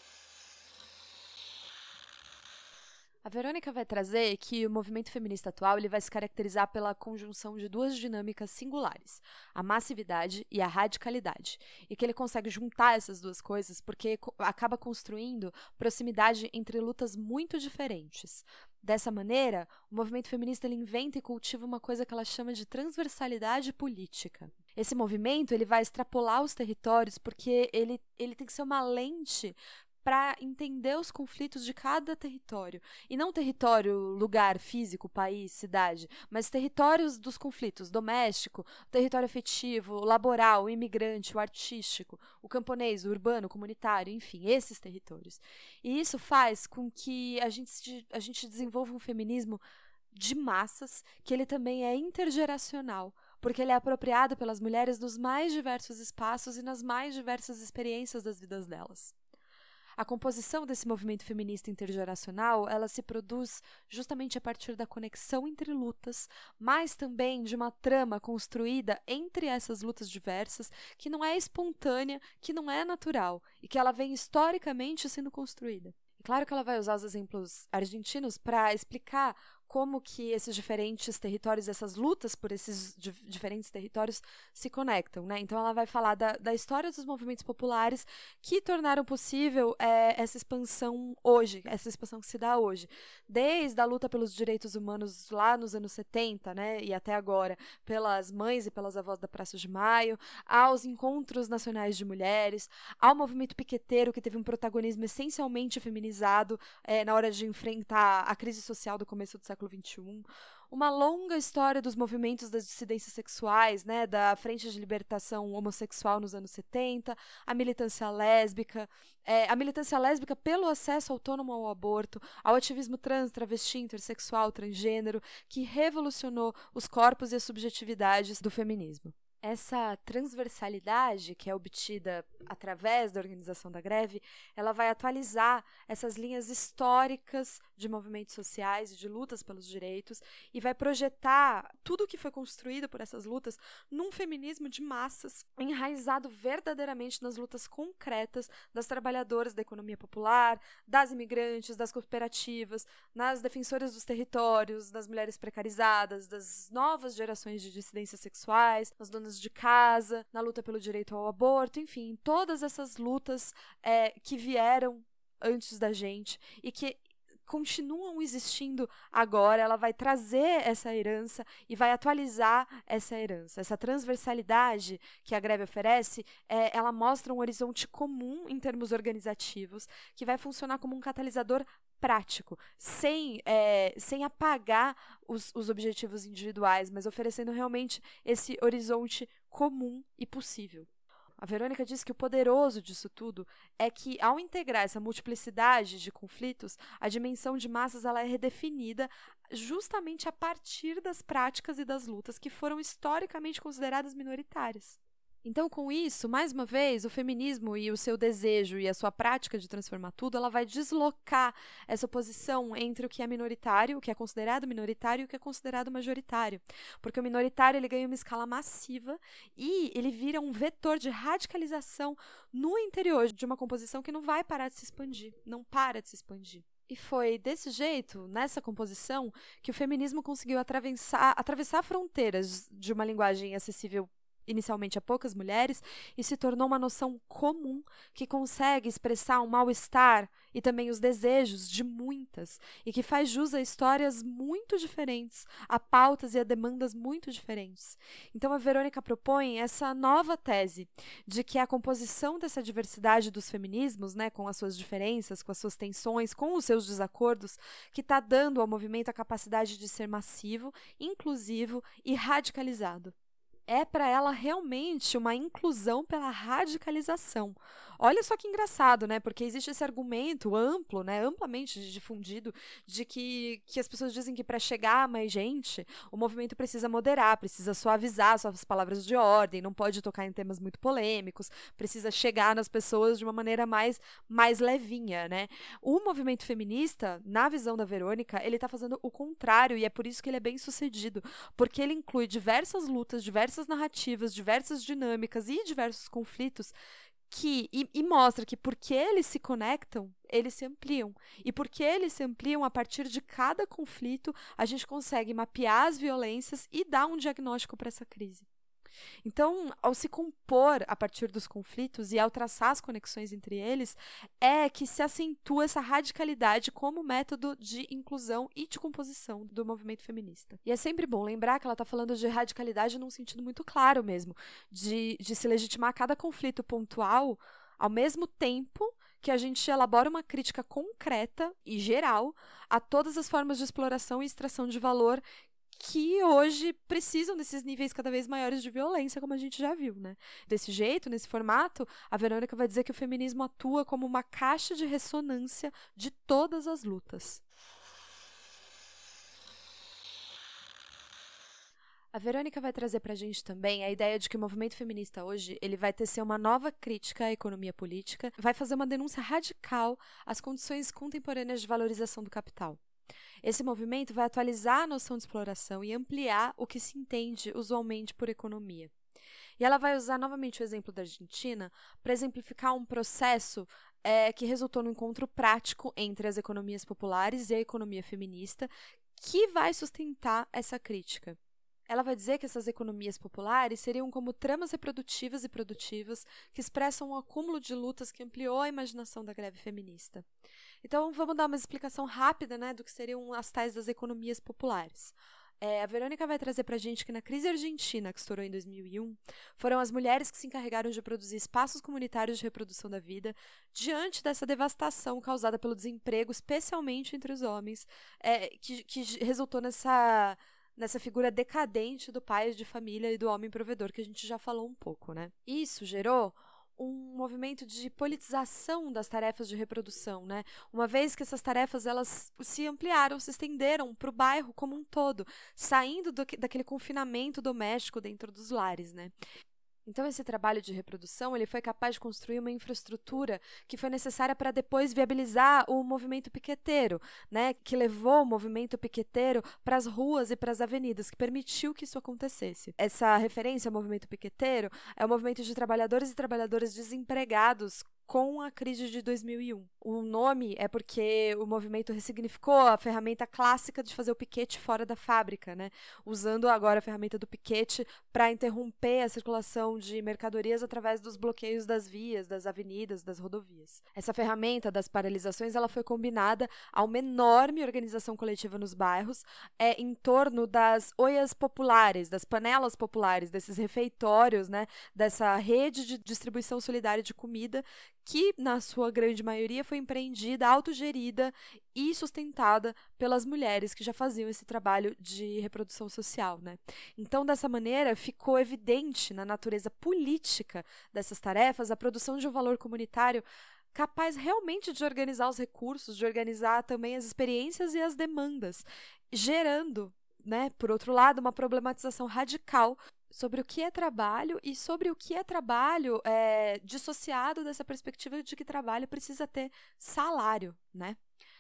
A Verônica vai trazer que o movimento feminista atual ele vai se caracterizar pela conjunção de duas dinâmicas singulares, a massividade e a radicalidade, e que ele consegue juntar essas duas coisas porque acaba construindo proximidade entre lutas muito diferentes. Dessa maneira, o movimento feminista ele inventa e cultiva uma coisa que ela chama de transversalidade política. Esse movimento ele vai extrapolar os territórios porque ele tem que ser uma lente para entender os conflitos de cada território. E não território, lugar físico, país, cidade, mas territórios dos conflitos, doméstico, território afetivo, o laboral, o imigrante, o artístico, o camponês, o urbano, o comunitário, enfim, esses territórios. E isso faz com que a gente desenvolva um feminismo de massas, que ele também é intergeracional, porque ele é apropriado pelas mulheres nos mais diversos espaços e nas mais diversas experiências das vidas delas. A composição desse movimento feminista intergeracional, ela se produz justamente a partir da conexão entre lutas, mas também de uma trama construída entre essas lutas diversas, que não é espontânea, que não é natural, e que ela vem historicamente sendo construída. E claro que ela vai usar os exemplos argentinos para explicar como que esses diferentes territórios, essas lutas por esses diferentes territórios se conectam, né? Então ela vai falar da história dos movimentos populares que tornaram possível essa expansão hoje, essa expansão que se dá hoje. Desde a luta pelos direitos humanos lá nos anos 70, né? E até agora, pelas mães e pelas avós da Praça de Maio, aos encontros nacionais de mulheres, ao movimento piqueteiro que teve um protagonismo essencialmente feminizado na hora de enfrentar a crise social do começo do século XXI, uma longa história dos movimentos das dissidências sexuais, né, da Frente de Libertação Homossexual nos anos 70, a militância lésbica pelo acesso autônomo ao aborto, ao ativismo trans, travesti, intersexual, transgênero, que revolucionou os corpos e as subjetividades do feminismo. Essa transversalidade, que é obtida através da organização da greve, ela vai atualizar essas linhas históricas de movimentos sociais e de lutas pelos direitos e vai projetar tudo o que foi construído por essas lutas num feminismo de massas, enraizado verdadeiramente nas lutas concretas das trabalhadoras da economia popular, das imigrantes, das cooperativas, nas defensoras dos territórios, das mulheres precarizadas, das novas gerações de dissidências sexuais, nas donas de casa, na luta pelo direito ao aborto, enfim, todas essas lutas que vieram antes da gente e que continuam existindo agora. Ela vai trazer essa herança e vai atualizar essa herança. Essa transversalidade que a greve oferece, ela mostra um horizonte comum em termos organizativos, que vai funcionar como um catalisador prático, sem apagar os objetivos individuais, mas oferecendo realmente esse horizonte comum e possível. A Verônica diz que o poderoso disso tudo é que, ao integrar essa multiplicidade de conflitos, a dimensão de massas ela é redefinida justamente a partir das práticas e das lutas que foram historicamente consideradas minoritárias. Então, com isso, mais uma vez, o feminismo e o seu desejo e a sua prática de transformar tudo, ela vai deslocar essa oposição entre o que é minoritário, o que é considerado minoritário e o que é considerado majoritário. Porque o minoritário ele ganha uma escala massiva e ele vira um vetor de radicalização no interior de uma composição que não vai parar de se expandir, não para de se expandir. E foi desse jeito, nessa composição, que o feminismo conseguiu atravessar fronteiras de uma linguagem acessível inicialmente a poucas mulheres e se tornou uma noção comum que consegue expressar um mal-estar e também os desejos de muitas e que faz jus a histórias muito diferentes, a pautas e a demandas muito diferentes. Então a Verônica propõe essa nova tese de que a composição dessa diversidade dos feminismos, né, com as suas diferenças, com as suas tensões, com os seus desacordos, que está dando ao movimento a capacidade de ser massivo, inclusivo e radicalizado. É para ela realmente uma inclusão pela radicalização. Olha só que engraçado, né? Porque existe esse argumento amplo, né, amplamente difundido, de que as pessoas dizem que para chegar a mais gente, o movimento precisa moderar, precisa suavizar suas palavras de ordem, não pode tocar em temas muito polêmicos, precisa chegar nas pessoas de uma maneira mais levinha, né? O movimento feminista, na visão da Verônica, ele está fazendo o contrário e é por isso que ele é bem sucedido, porque ele inclui diversas lutas, diversas narrativas, diversas dinâmicas e diversos conflitos e mostra que porque eles se conectam, eles se ampliam. E porque eles se ampliam, a partir de cada conflito, a gente consegue mapear as violências e dar um diagnóstico para essa crise. Então, ao se compor a partir dos conflitos e ao traçar as conexões entre eles, é que se acentua essa radicalidade como método de inclusão e de composição do movimento feminista. E é sempre bom lembrar que ela está falando de radicalidade num sentido muito claro mesmo, de se legitimar cada conflito pontual ao mesmo tempo que a gente elabora uma crítica concreta e geral a todas as formas de exploração e extração de valor que hoje precisam desses níveis cada vez maiores de violência, como a gente já viu, né? Desse jeito, nesse formato, a Verônica vai dizer que o feminismo atua como uma caixa de ressonância de todas as lutas. A Verônica vai trazer para a gente também a ideia de que o movimento feminista hoje ele vai tecer uma nova crítica à economia política, vai fazer uma denúncia radical às condições contemporâneas de valorização do capital. Esse movimento vai atualizar a noção de exploração e ampliar o que se entende usualmente por economia. E ela vai usar novamente o exemplo da Argentina para exemplificar um processo que resultou no encontro prático entre as economias populares e a economia feminista, que vai sustentar essa crítica. Ela vai dizer que essas economias populares seriam como tramas reprodutivas e produtivas que expressam um acúmulo de lutas que ampliou a imaginação da greve feminista. Então, vamos dar uma explicação rápida, né, do que seriam as tais das economias populares. A Verônica vai trazer para a gente que na crise argentina, que estourou em 2001, foram as mulheres que se encarregaram de produzir espaços comunitários de reprodução da vida diante dessa devastação causada pelo desemprego, especialmente entre os homens, que resultou nessa figura decadente do pai de família e do homem provedor, que a gente já falou um pouco, né? Isso gerou um movimento de politização das tarefas de reprodução, né? Uma vez que essas tarefas elas se ampliaram, se estenderam para o bairro como um todo, saindo daquele confinamento doméstico dentro dos lares, né? Então, esse trabalho de reprodução ele foi capaz de construir uma infraestrutura que foi necessária para depois viabilizar o movimento piqueteiro, né, que levou o movimento piqueteiro para as ruas e para as avenidas, que permitiu que isso acontecesse. Essa referência ao movimento piqueteiro é o movimento de trabalhadores e trabalhadoras desempregados com a crise de 2001. O nome é porque o movimento ressignificou a ferramenta clássica de fazer o piquete fora da fábrica, né? Usando agora a ferramenta do piquete para interromper a circulação de mercadorias através dos bloqueios das vias, das avenidas, das rodovias. Essa ferramenta das paralisações ela foi combinada a uma enorme organização coletiva nos bairros em torno das oias populares, das panelas populares, desses refeitórios, né? Dessa rede de distribuição solidária de comida que, na sua grande maioria, foi empreendida, autogerida e sustentada pelas mulheres que já faziam esse trabalho de reprodução social, né? Então, dessa maneira, ficou evidente na natureza política dessas tarefas a produção de um valor comunitário capaz realmente de organizar os recursos, de organizar também as experiências e as demandas, gerando, né, por outro lado, uma problematização radical sobre o que é trabalho e sobre o que é trabalho dissociado dessa perspectiva de que trabalho precisa ter salário, né?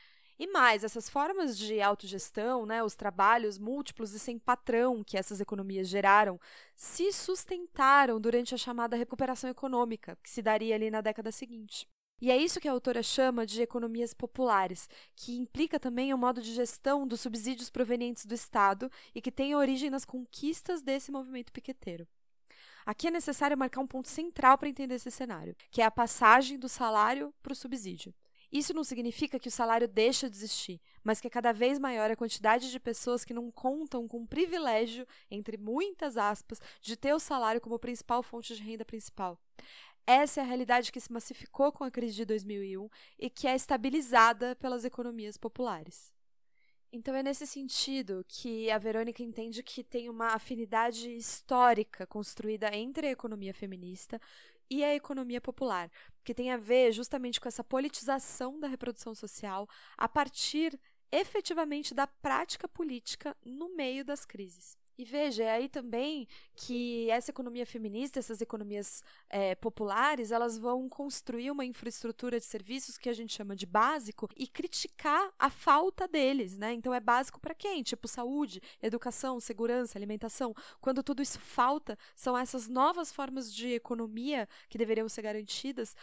E mais, essas formas de autogestão, né, os trabalhos múltiplos e sem patrão que essas economias geraram, se sustentaram durante a chamada recuperação econômica, que se daria ali na década seguinte. E é isso que a autora chama de economias populares, que implica também um modo de gestão dos subsídios provenientes do Estado e que tem origem nas conquistas desse movimento piqueteiro. Aqui é necessário marcar um ponto central para entender esse cenário, que é a passagem do salário para o subsídio. Isso não significa que o salário deixa de existir, mas que é cada vez maior a quantidade de pessoas que não contam com o privilégio, entre muitas aspas, de ter o salário como principal fonte de renda principal. Essa é a realidade que se massificou com a crise de 2001 e que é estabilizada pelas economias populares. Então é nesse sentido que a Verônica entende que tem uma afinidade histórica construída entre a economia feminista e a economia popular, que tem a ver justamente com essa politização da reprodução social a partir efetivamente da prática política no meio das crises. E veja, é aí também que essa economia feminista, essas economias populares, elas vão construir uma infraestrutura de serviços que a gente chama de básico e criticar a falta deles, né? Então é básico para quem? Tipo saúde, educação, segurança, alimentação. Quando tudo isso falta, são essas novas formas de economia que deveriam ser garantidas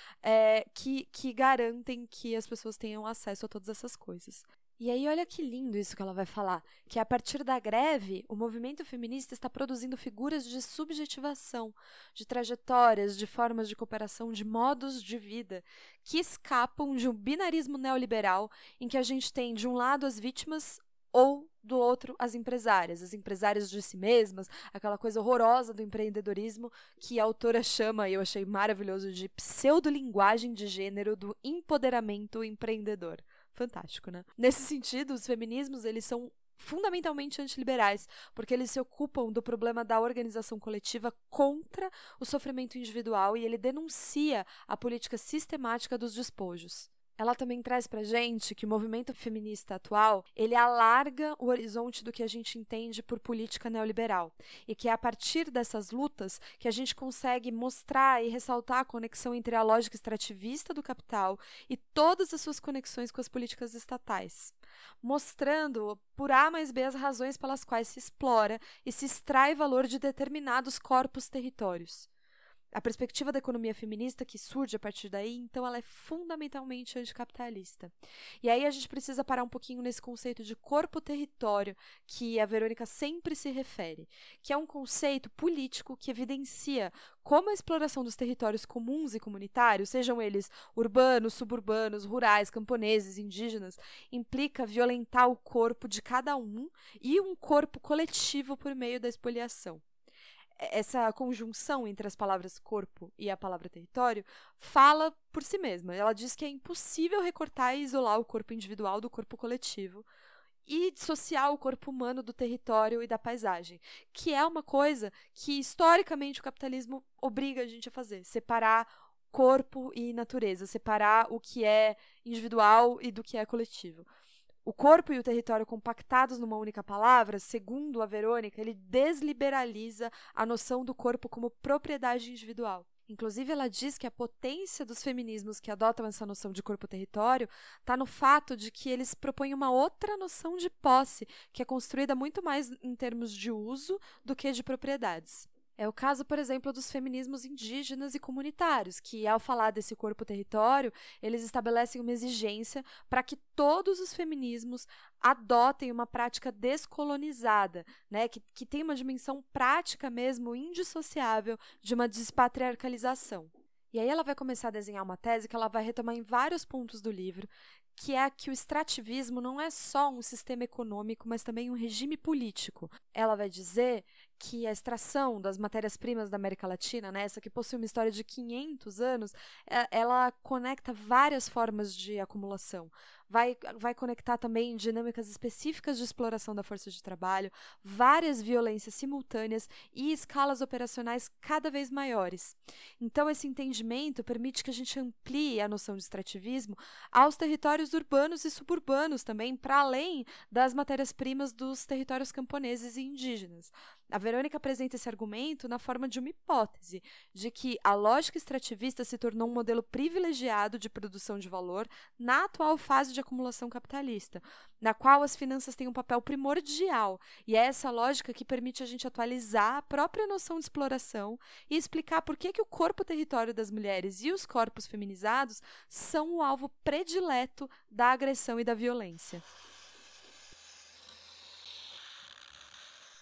que garantem que as pessoas tenham acesso a todas essas coisas. E aí, olha que lindo isso que ela vai falar, que a partir da greve, o movimento feminista está produzindo figuras de subjetivação, de trajetórias, de formas de cooperação, de modos de vida, que escapam de um binarismo neoliberal em que a gente tem, de um lado, as vítimas ou, do outro, as empresárias de si mesmas, aquela coisa horrorosa do empreendedorismo que a autora chama, e eu achei maravilhoso, de pseudolinguagem de gênero do empoderamento empreendedor. Fantástico, né? Nesse sentido, os feminismos, eles são fundamentalmente antiliberais, porque eles se ocupam do problema da organização coletiva contra o sofrimento individual e ele denuncia a política sistemática dos despojos. Ela também traz pra gente que o movimento feminista atual, ele alarga o horizonte do que a gente entende por política neoliberal. E que é a partir dessas lutas que a gente consegue mostrar e ressaltar a conexão entre a lógica extrativista do capital e todas as suas conexões com as políticas estatais. Mostrando por A mais B as razões pelas quais se explora e se extrai valor de determinados corpos territórios. A perspectiva da economia feminista que surge a partir daí, então, ela é fundamentalmente anticapitalista. E aí a gente precisa parar um pouquinho nesse conceito de corpo-território que a Verônica sempre se refere, que é um conceito político que evidencia como a exploração dos territórios comuns e comunitários, sejam eles urbanos, suburbanos, rurais, camponeses, indígenas, implica violentar o corpo de cada um e um corpo coletivo por meio da expoliação. Essa conjunção entre as palavras corpo e a palavra território fala por si mesma. Ela diz que é impossível recortar e isolar o corpo individual do corpo coletivo e dissociar o corpo humano do território e da paisagem, que é uma coisa que historicamente o capitalismo obriga a gente a fazer, separar corpo e natureza, separar o que é individual e do que é coletivo. O corpo e o território compactados numa única palavra, segundo a Verônica, ele desliberaliza a noção do corpo como propriedade individual. Inclusive, ela diz que a potência dos feminismos que adotam essa noção de corpo-território está no fato de que eles propõem uma outra noção de posse, que é construída muito mais em termos de uso do que de propriedades. É o caso, por exemplo, dos feminismos indígenas e comunitários, que, ao falar desse corpo-território, eles estabelecem uma exigência para que todos os feminismos adotem uma prática descolonizada, né, que tem uma dimensão prática mesmo indissociável de uma despatriarcalização. E aí ela vai começar a desenhar uma tese que ela vai retomar em vários pontos do livro, que é que o extrativismo não é só um sistema econômico, mas também um regime político. Ela vai dizer que a extração das matérias-primas da América Latina, né, essa que possui uma história de 500 anos, ela conecta várias formas de acumulação. Vai conectar também dinâmicas específicas de exploração da força de trabalho, várias violências simultâneas e escalas operacionais cada vez maiores. Então, esse entendimento permite que a gente amplie a noção de extrativismo aos territórios urbanos e suburbanos também, para além das matérias-primas dos territórios camponeses e indígenas. A Verônica apresenta esse argumento na forma de uma hipótese de que a lógica extrativista se tornou um modelo privilegiado de produção de valor na atual fase de acumulação capitalista, na qual as finanças têm um papel primordial, e é essa lógica que permite a gente atualizar a própria noção de exploração e explicar por que o corpo-território das mulheres e os corpos feminizados são o alvo predileto da agressão e da violência.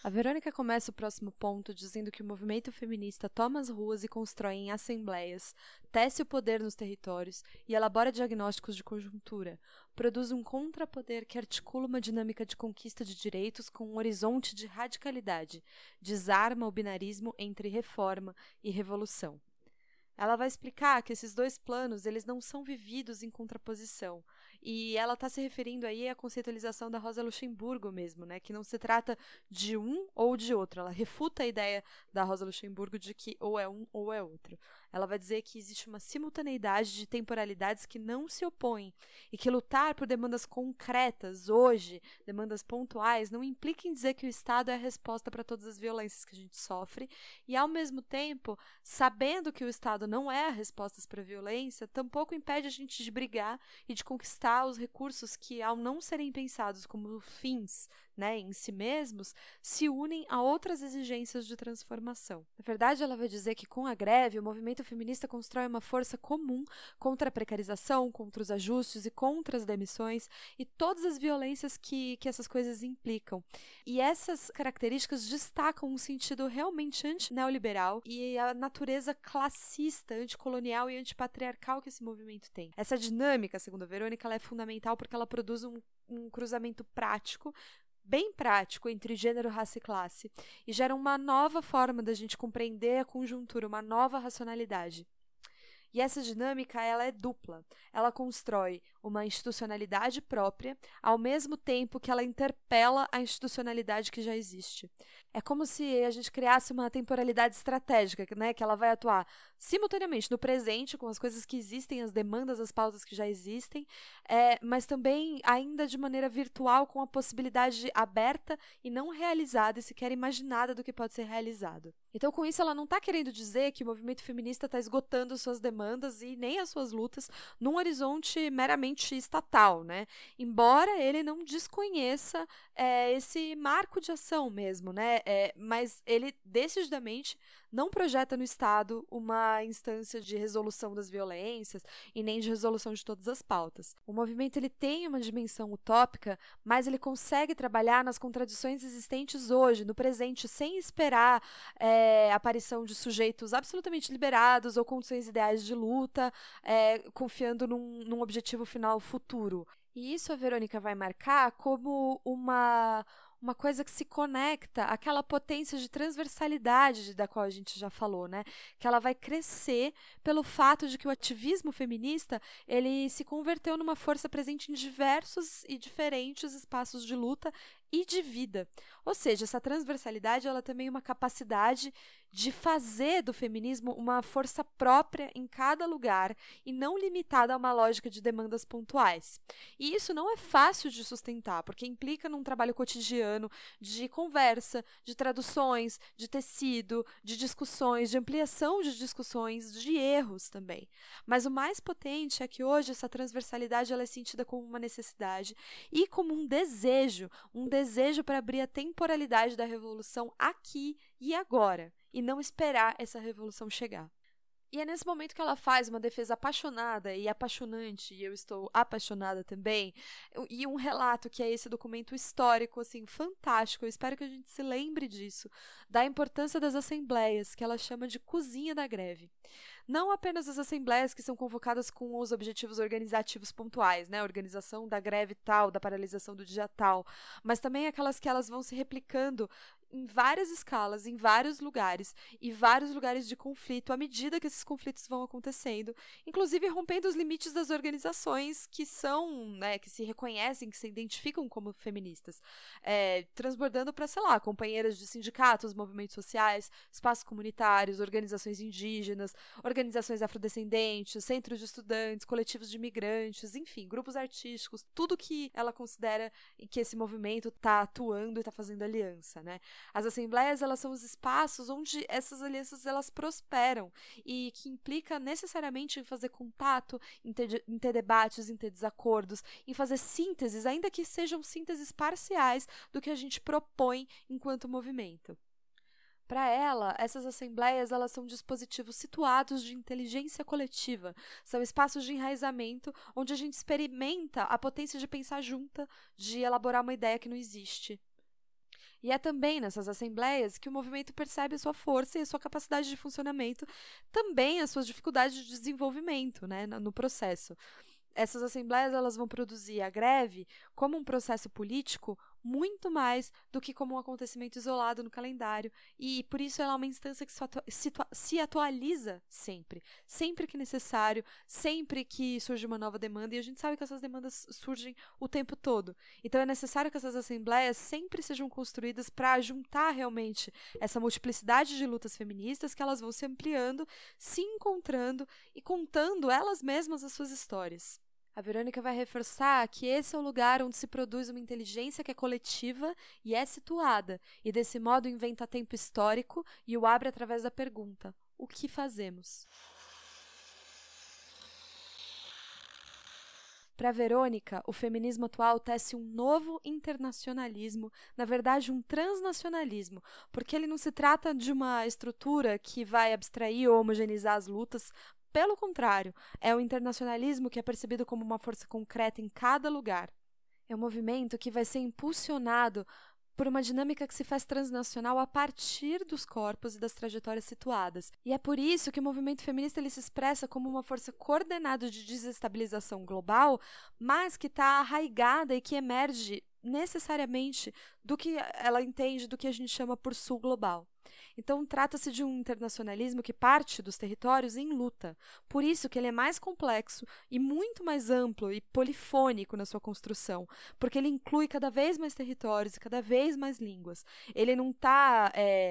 A Verônica começa o próximo ponto dizendo que o movimento feminista toma as ruas e constrói em assembleias, tece o poder nos territórios e elabora diagnósticos de conjuntura, produz um contrapoder que articula uma dinâmica de conquista de direitos com um horizonte de radicalidade, desarma o binarismo entre reforma e revolução. Ela vai explicar que esses dois planos eles não são vividos em contraposição. E ela está se referindo aí à conceitualização da Rosa Luxemburgo mesmo, né? Que não se trata de um ou de outro. Ela refuta a ideia da Rosa Luxemburgo de que ou é um ou é outro. Ela vai dizer que existe uma simultaneidade de temporalidades que não se opõem e que lutar por demandas concretas hoje, demandas pontuais, não implica em dizer que o Estado é a resposta para todas as violências que a gente sofre e, ao mesmo tempo, sabendo que o Estado não é a resposta para a violência, tampouco impede a gente de brigar e de conquistar os recursos que, ao não serem pensados como fins, né, em si mesmos, se unem a outras exigências de transformação. Na verdade, ela vai dizer que com a greve, o movimento feminista constrói uma força comum contra a precarização, contra os ajustes e contra as demissões e todas as violências que essas coisas implicam. E essas características destacam um sentido realmente anti-neoliberal e a natureza classista, anticolonial e antipatriarcal que esse movimento tem. Essa dinâmica, segundo a Verônica, ela é fundamental porque ela produz um cruzamento prático, bem prático entre gênero, raça e classe, e gera uma nova forma da gente compreender a conjuntura, uma nova racionalidade. E essa dinâmica, ela é dupla. Ela constrói uma institucionalidade própria, ao mesmo tempo que ela interpela a institucionalidade que já existe. É como se a gente criasse uma temporalidade estratégica, né, que ela vai atuar simultaneamente no presente, com as coisas que existem, as demandas, as pautas que já existem, mas também ainda de maneira virtual, com a possibilidade aberta e não realizada, e sequer imaginada do que pode ser realizado. Então, com isso, ela não está querendo dizer que o movimento feminista está esgotando suas demandas e nem as suas lutas num horizonte meramente estatal, né? Embora ele não desconheça esse marco de ação mesmo, né? Mas ele decididamente não projeta no Estado uma instância de resolução das violências e nem de resolução de todas as pautas. O movimento ele tem uma dimensão utópica, mas ele consegue trabalhar nas contradições existentes hoje, no presente, sem esperar a aparição de sujeitos absolutamente liberados ou condições ideais de luta, confiando num objetivo final futuro. E isso a Verônica vai marcar como uma coisa que se conecta àquela potência de transversalidade da qual a gente já falou, né? Que ela vai crescer pelo fato de que o ativismo feminista ele se converteu numa força presente em diversos e diferentes espaços de luta e de vida. Ou seja, essa transversalidade ela também é uma capacidade de fazer do feminismo uma força própria em cada lugar e não limitada a uma lógica de demandas pontuais. E isso não é fácil de sustentar, porque implica num trabalho cotidiano de conversa, de traduções, de tecido, de discussões, de ampliação de discussões, de erros também. Mas o mais potente é que hoje essa transversalidade ela é sentida como uma necessidade e como um desejo para abrir a temporalidade da revolução aqui e agora, e não esperar essa revolução chegar. E é nesse momento que ela faz uma defesa apaixonada e apaixonante, e eu estou apaixonada também, e um relato que é esse documento histórico, assim, fantástico, eu espero que a gente se lembre disso, da importância das assembleias, que ela chama de cozinha da greve. Não apenas as assembleias que são convocadas com os objetivos organizativos pontuais, né, a organização da greve tal, da paralisação do dia tal, mas também aquelas que elas vão se replicando em várias escalas, em vários lugares e vários lugares de conflito à medida que esses conflitos vão acontecendo, inclusive rompendo os limites das organizações que são, né, que se reconhecem, que se identificam como feministas, transbordando para, sei lá, companheiras de sindicatos, movimentos sociais, espaços comunitários, organizações indígenas, organizações afrodescendentes, centros de estudantes, coletivos de imigrantes, enfim, grupos artísticos, tudo que ela considera que esse movimento está atuando e está fazendo aliança, né? As assembleias, elas são os espaços onde essas alianças, elas prosperam e que implica necessariamente em fazer contato, em ter debates, em ter desacordos, em fazer sínteses, ainda que sejam sínteses parciais do que a gente propõe enquanto movimento. Para ela, essas assembleias elas são dispositivos situados de inteligência coletiva, são espaços de enraizamento onde a gente experimenta a potência de pensar junta, de elaborar uma ideia que não existe. E é também nessas assembleias que o movimento percebe a sua força e a sua capacidade de funcionamento, também as suas dificuldades de desenvolvimento, né, no processo. Essas assembleias elas vão produzir a greve como um processo político muito mais do que como um acontecimento isolado no calendário, e por isso ela é uma instância que se atualiza sempre que necessário, sempre que surge uma nova demanda, e a gente sabe que essas demandas surgem o tempo todo. Então é necessário que essas assembleias sempre sejam construídas para juntar realmente essa multiplicidade de lutas feministas, que elas vão se ampliando, se encontrando e contando elas mesmas as suas histórias. A Verônica vai reforçar que esse é o lugar onde se produz uma inteligência que é coletiva e é situada, e desse modo inventa tempo histórico e o abre através da pergunta: o que fazemos? Para Verônica, o feminismo atual tece um novo internacionalismo, na verdade um transnacionalismo, porque ele não se trata de uma estrutura que vai abstrair ou homogeneizar as lutas. Pelo contrário, é o internacionalismo que é percebido como uma força concreta em cada lugar. É um movimento que vai ser impulsionado por uma dinâmica que se faz transnacional a partir dos corpos e das trajetórias situadas. E é por isso que o movimento feminista ele se expressa como uma força coordenada de desestabilização global, mas que está arraigada e que emerge necessariamente do que ela entende do que a gente chama por sul global. Então, trata-se de um internacionalismo que parte dos territórios em luta. Por isso que ele é mais complexo e muito mais amplo e polifônico na sua construção, porque ele inclui cada vez mais territórios e cada vez mais línguas. Ele não está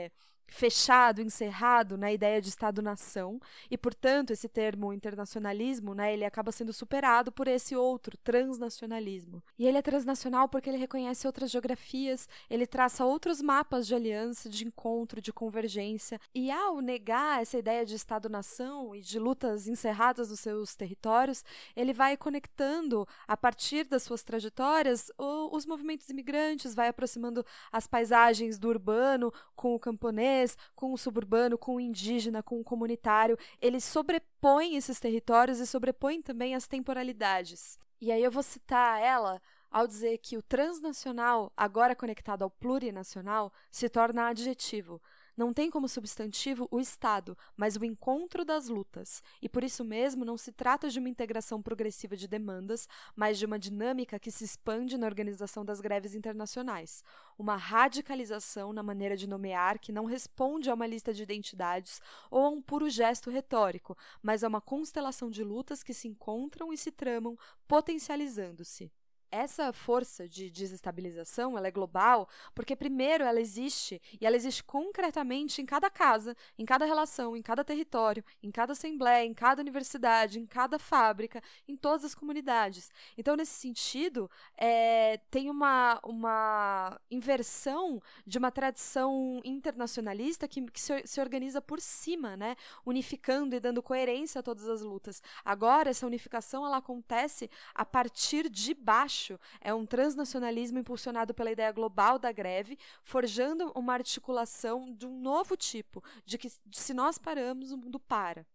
fechado, encerrado na ideia de Estado-nação, e, portanto, esse termo internacionalismo, né, ele acaba sendo superado por esse outro, transnacionalismo. E ele é transnacional porque ele reconhece outras geografias, ele traça outros mapas de aliança, de encontro, de convergência, e ao negar essa ideia de Estado-nação e de lutas encerradas nos seus territórios, ele vai conectando, a partir das suas trajetórias, os movimentos imigrantes, vai aproximando as paisagens do urbano com o camponês, com o suburbano, com o indígena, com o comunitário. Ele sobrepõe esses territórios e sobrepõe também as temporalidades. E aí eu vou citar ela ao dizer que o transnacional, agora conectado ao plurinacional, se torna adjetivo. Não tem como substantivo o Estado, mas o encontro das lutas. E por isso mesmo não se trata de uma integração progressiva de demandas, mas de uma dinâmica que se expande na organização das greves internacionais. Uma radicalização na maneira de nomear que não responde a uma lista de identidades ou a um puro gesto retórico, mas a uma constelação de lutas que se encontram e se tramam, potencializando-se. Essa força de desestabilização ela é global porque, primeiro, ela existe, e ela existe concretamente em cada casa, em cada relação, em cada território, em cada assembleia, em cada universidade, em cada fábrica, em todas as comunidades. Então, nesse sentido, tem uma inversão de uma tradição internacionalista que se organiza por cima, né? Unificando e dando coerência a todas as lutas. Agora, essa unificação ela acontece a partir de baixo. É um transnacionalismo impulsionado pela ideia global da greve, forjando uma articulação de um novo tipo, de que se nós paramos, o mundo para.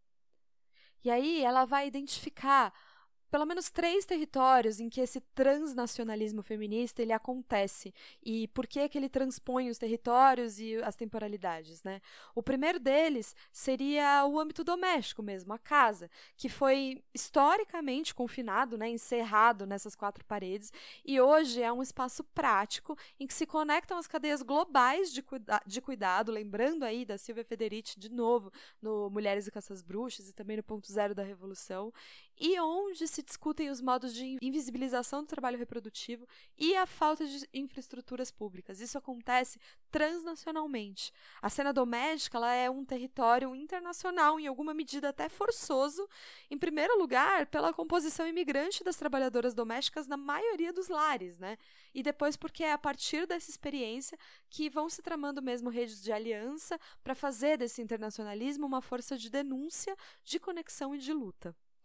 E aí ela vai identificar pelo menos 3 territórios em que esse transnacionalismo feminista ele acontece e por que ele transpõe os territórios e as temporalidades, né? O primeiro deles seria o âmbito doméstico mesmo, a casa, que foi historicamente confinado, né, encerrado nessas 4 paredes, e hoje é um espaço prático em que se conectam as cadeias globais de cuidado, lembrando aí da Silvia Federici de novo no Mulheres e Caças Bruxas e também no Ponto Zero da Revolução, e onde se discutem os modos de invisibilização do trabalho reprodutivo e a falta de infraestruturas públicas. Isso acontece transnacionalmente. A cena doméstica ela é um território internacional, em alguma medida até forçoso, em primeiro lugar, pela composição imigrante das trabalhadoras domésticas na maioria dos lares, né? E depois porque é a partir dessa experiência que vão se tramando mesmo redes de aliança para fazer desse internacionalismo uma força de denúncia, de conexão e de luta.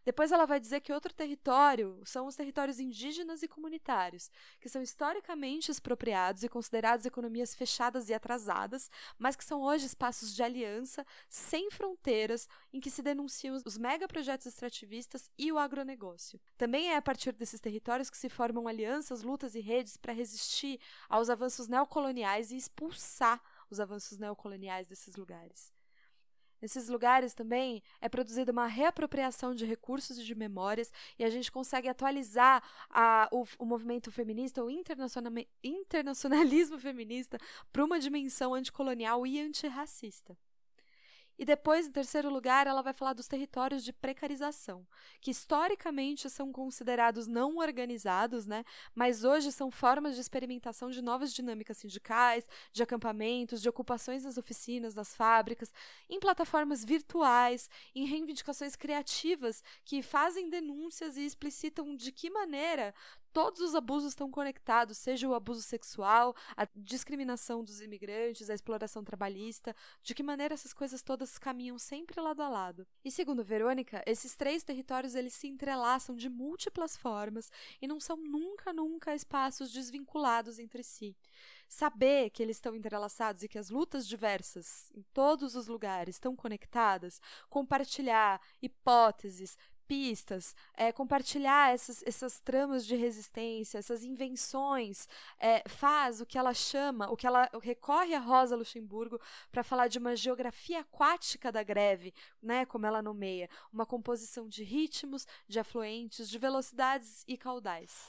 Depois ela vai dizer que outro território são os territórios indígenas e comunitários, que são historicamente expropriados e considerados economias fechadas e atrasadas, mas que são hoje espaços de aliança sem fronteiras em que se denunciam os megaprojetos extrativistas e o agronegócio. Também é a partir desses territórios que se formam alianças, lutas e redes para resistir aos avanços neocoloniais e expulsar os avanços neocoloniais desses lugares. Nesses lugares também é produzida uma reapropriação de recursos e de memórias e a gente consegue atualizar o movimento feminista, o internacionalismo feminista, para uma dimensão anticolonial e antirracista. E depois, em terceiro lugar, ela vai falar dos territórios de precarização, que historicamente são considerados não organizados, né? Mas hoje são formas de experimentação de novas dinâmicas sindicais, de acampamentos, de ocupações das oficinas, das fábricas, em plataformas virtuais, em reivindicações criativas que fazem denúncias e explicitam de que maneira todos os abusos estão conectados, seja o abuso sexual, a discriminação dos imigrantes, a exploração trabalhista, de que maneira essas coisas todas caminham sempre lado a lado. E segundo Verônica, esses três territórios eles se entrelaçam de múltiplas formas e não são nunca espaços desvinculados entre si. Saber que eles estão entrelaçados e que as lutas diversas em todos os lugares estão conectadas, compartilhar hipóteses, pistas, compartilhar essas tramas de resistência, essas invenções, faz o que ela chama, o que ela recorre a Rosa Luxemburgo para falar de uma geografia aquática da greve, né, como ela nomeia, uma composição de ritmos, de afluentes, de velocidades e caudais.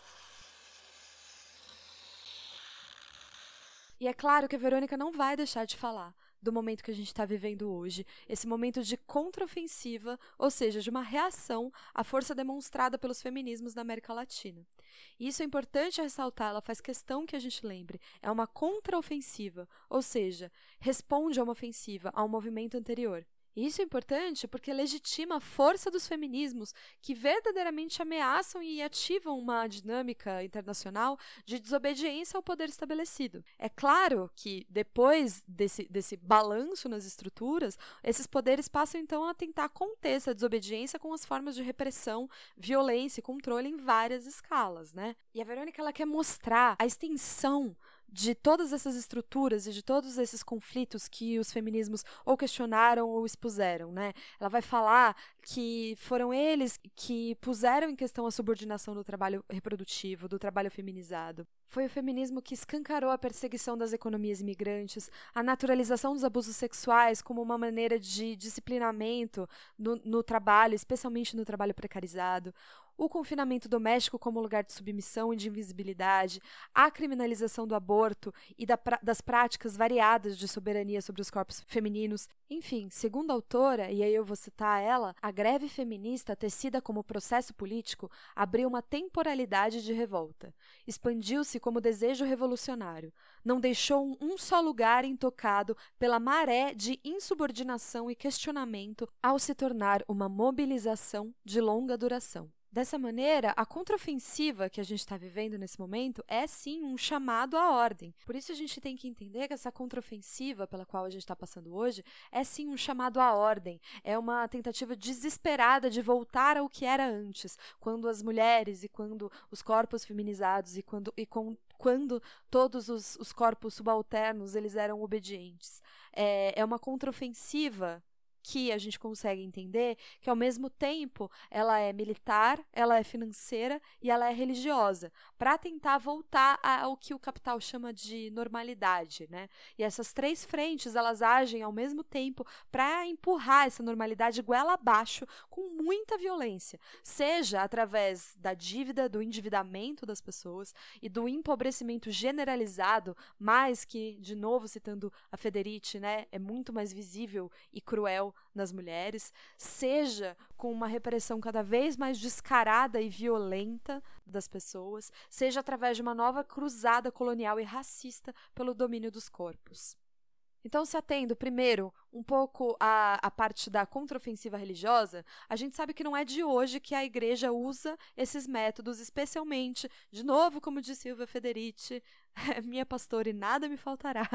E é claro que a Verônica não vai deixar de falar do momento que a gente está vivendo hoje, esse momento de contraofensiva, ou seja, de uma reação à força demonstrada pelos feminismos na América Latina. E isso é importante ressaltar, ela faz questão que a gente lembre, é uma contraofensiva, ou seja, responde a uma ofensiva, a um movimento anterior. E isso é importante porque legitima a força dos feminismos que verdadeiramente ameaçam e ativam uma dinâmica internacional de desobediência ao poder estabelecido. É claro que depois desse balanço nas estruturas, esses poderes passam então a tentar conter essa desobediência com as formas de repressão, violência e controle em várias escalas, né? E a Verônica ela quer mostrar a extensão de todas essas estruturas e de todos esses conflitos que os feminismos ou questionaram ou expuseram, né? Ela vai falar que foram eles que puseram em questão a subordinação do trabalho reprodutivo, do trabalho feminizado. Foi o feminismo que escancarou a perseguição das economias imigrantes, a naturalização dos abusos sexuais como uma maneira de disciplinamento no trabalho, especialmente no trabalho precarizado, o confinamento doméstico como lugar de submissão e de invisibilidade, a criminalização do aborto e das práticas variadas de soberania sobre os corpos femininos. Enfim, segundo a autora, e aí eu vou citar ela, a greve feminista tecida como processo político abriu uma temporalidade de revolta. Expandiu-se como desejo revolucionário. Não deixou um só lugar intocado pela maré de insubordinação e questionamento ao se tornar uma mobilização de longa duração. Dessa maneira, a contraofensiva que a gente está vivendo nesse momento é, sim, um chamado à ordem. Por isso, a gente tem que entender que essa contraofensiva pela qual a gente está passando hoje é, sim, um chamado à ordem. É uma tentativa desesperada de voltar ao que era antes, quando as mulheres e quando os corpos feminizados e quando todos os corpos subalternos eles eram obedientes. É uma contraofensiva que a gente consegue entender que, ao mesmo tempo, ela é militar, ela é financeira e ela é religiosa, para tentar voltar ao que o capital chama de normalidade, né? E essas três frentes, elas agem ao mesmo tempo para empurrar essa normalidade goela abaixo com muita violência, seja através da dívida, do endividamento das pessoas e do empobrecimento generalizado, mas que, de novo, citando a Federici, né, é muito mais visível e cruel nas mulheres, seja com uma repressão cada vez mais descarada e violenta das pessoas, seja através de uma nova cruzada colonial e racista pelo domínio dos corpos. Então, se atendo primeiro um pouco à parte da contraofensiva religiosa, a gente sabe que não é de hoje que a igreja usa esses métodos, especialmente, de novo, como disse Silvia Federici, minha pastora e nada me faltará,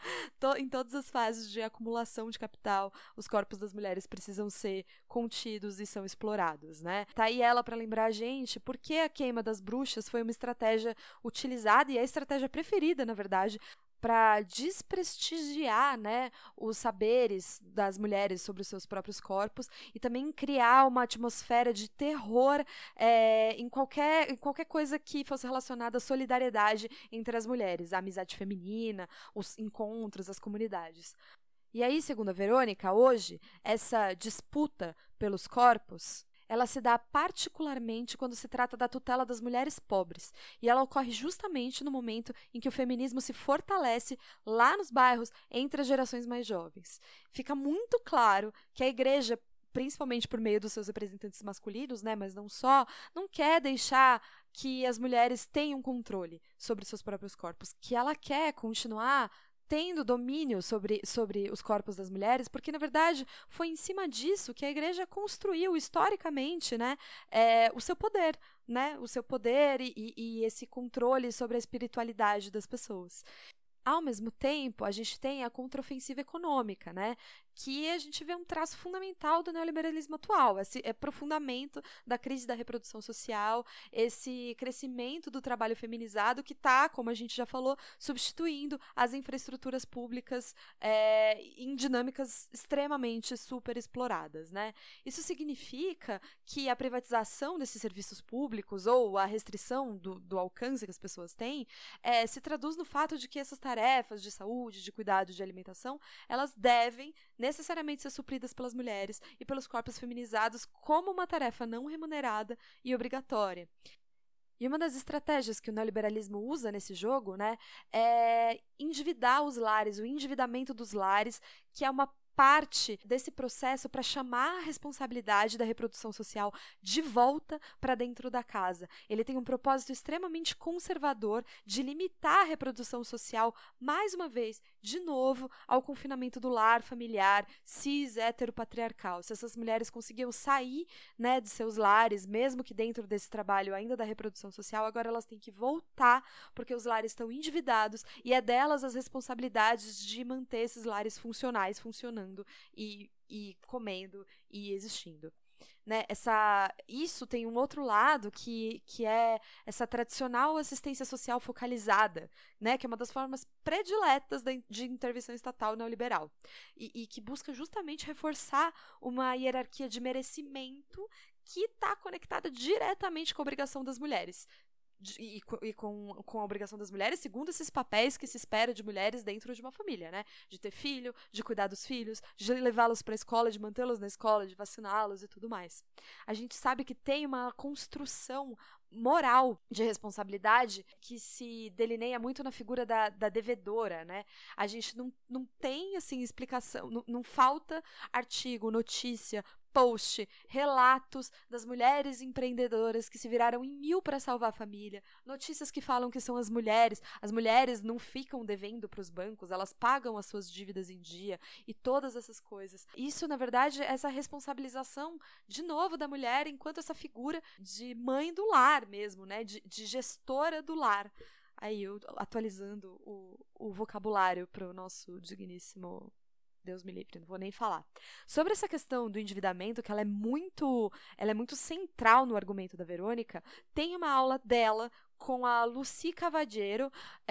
em todas as fases de acumulação de capital, os corpos das mulheres precisam ser contidos e são explorados, né? Tá aí ela para lembrar a gente por que a queima das bruxas foi uma estratégia utilizada e a estratégia preferida, na verdade, para desprestigiar, né, os saberes das mulheres sobre os seus próprios corpos e também criar uma atmosfera de terror em qualquer coisa que fosse relacionada à solidariedade entre as mulheres, a amizade feminina, os encontros, as comunidades. E aí, segundo a Verônica, hoje, essa disputa pelos corpos ela se dá particularmente quando se trata da tutela das mulheres pobres, e ela ocorre justamente no momento em que o feminismo se fortalece lá nos bairros entre as gerações mais jovens. Fica muito claro que a igreja, principalmente por meio dos seus representantes masculinos, né, mas não só, não quer deixar que as mulheres tenham controle sobre seus próprios corpos, que ela quer continuar tendo domínio sobre os corpos das mulheres, porque, na verdade, foi em cima disso que a igreja construiu, historicamente, né, o seu poder, né, o seu poder e esse controle sobre a espiritualidade das pessoas. Ao mesmo tempo, a gente tem a contraofensiva econômica, né? Que a gente vê um traço fundamental do neoliberalismo atual, esse aprofundamento da crise da reprodução social, esse crescimento do trabalho feminizado que está, como a gente já falou, substituindo as infraestruturas públicas em dinâmicas extremamente super exploradas, né? Isso significa que a privatização desses serviços públicos ou a restrição do alcance que as pessoas têm se traduz no fato de que essas tarefas de saúde, de cuidado, de alimentação, elas devem necessariamente ser supridas pelas mulheres e pelos corpos feminizados como uma tarefa não remunerada e obrigatória. E uma das estratégias que o neoliberalismo usa nesse jogo, né, é endividar os lares, o endividamento dos lares, que é uma parte desse processo para chamar a responsabilidade da reprodução social de volta para dentro da casa. Ele tem um propósito extremamente conservador de limitar a reprodução social, mais uma vez, de novo, ao confinamento do lar familiar, cis, heteropatriarcal. Se essas mulheres conseguiam sair, né, de seus lares, mesmo que dentro desse trabalho ainda da reprodução social, agora elas têm que voltar, porque os lares estão endividados e é delas as responsabilidades de manter esses lares funcionais, funcionando e comendo e existindo. Né? Isso tem um outro lado que é essa tradicional assistência social focalizada, né? Que é uma das formas prediletas de intervenção estatal neoliberal e que busca justamente reforçar uma hierarquia de merecimento que está conectada diretamente com a obrigação das mulheres. E com a obrigação das mulheres, segundo esses papéis que se espera de mulheres dentro de uma família, né? De ter filho, de cuidar dos filhos, de levá-los para a escola, de mantê-los na escola, de vaciná-los e tudo mais. A gente sabe que tem uma construção moral de responsabilidade que se delineia muito na figura da devedora, né? A gente não tem, assim, explicação, não falta artigo, notícia, post, relatos das mulheres empreendedoras que se viraram em mil para salvar a família, notícias que falam que são as mulheres não ficam devendo para os bancos, elas pagam as suas dívidas em dia e todas essas coisas. Isso, na verdade, é essa responsabilização, de novo, da mulher enquanto essa figura de mãe do lar mesmo, né, de gestora do lar. Aí, eu atualizando o vocabulário para o nosso digníssimo Deus me livre, não vou nem falar. Sobre essa questão do endividamento, que ela é muito central no argumento da Verônica, tem uma aula dela com a Lucy Cavadiero,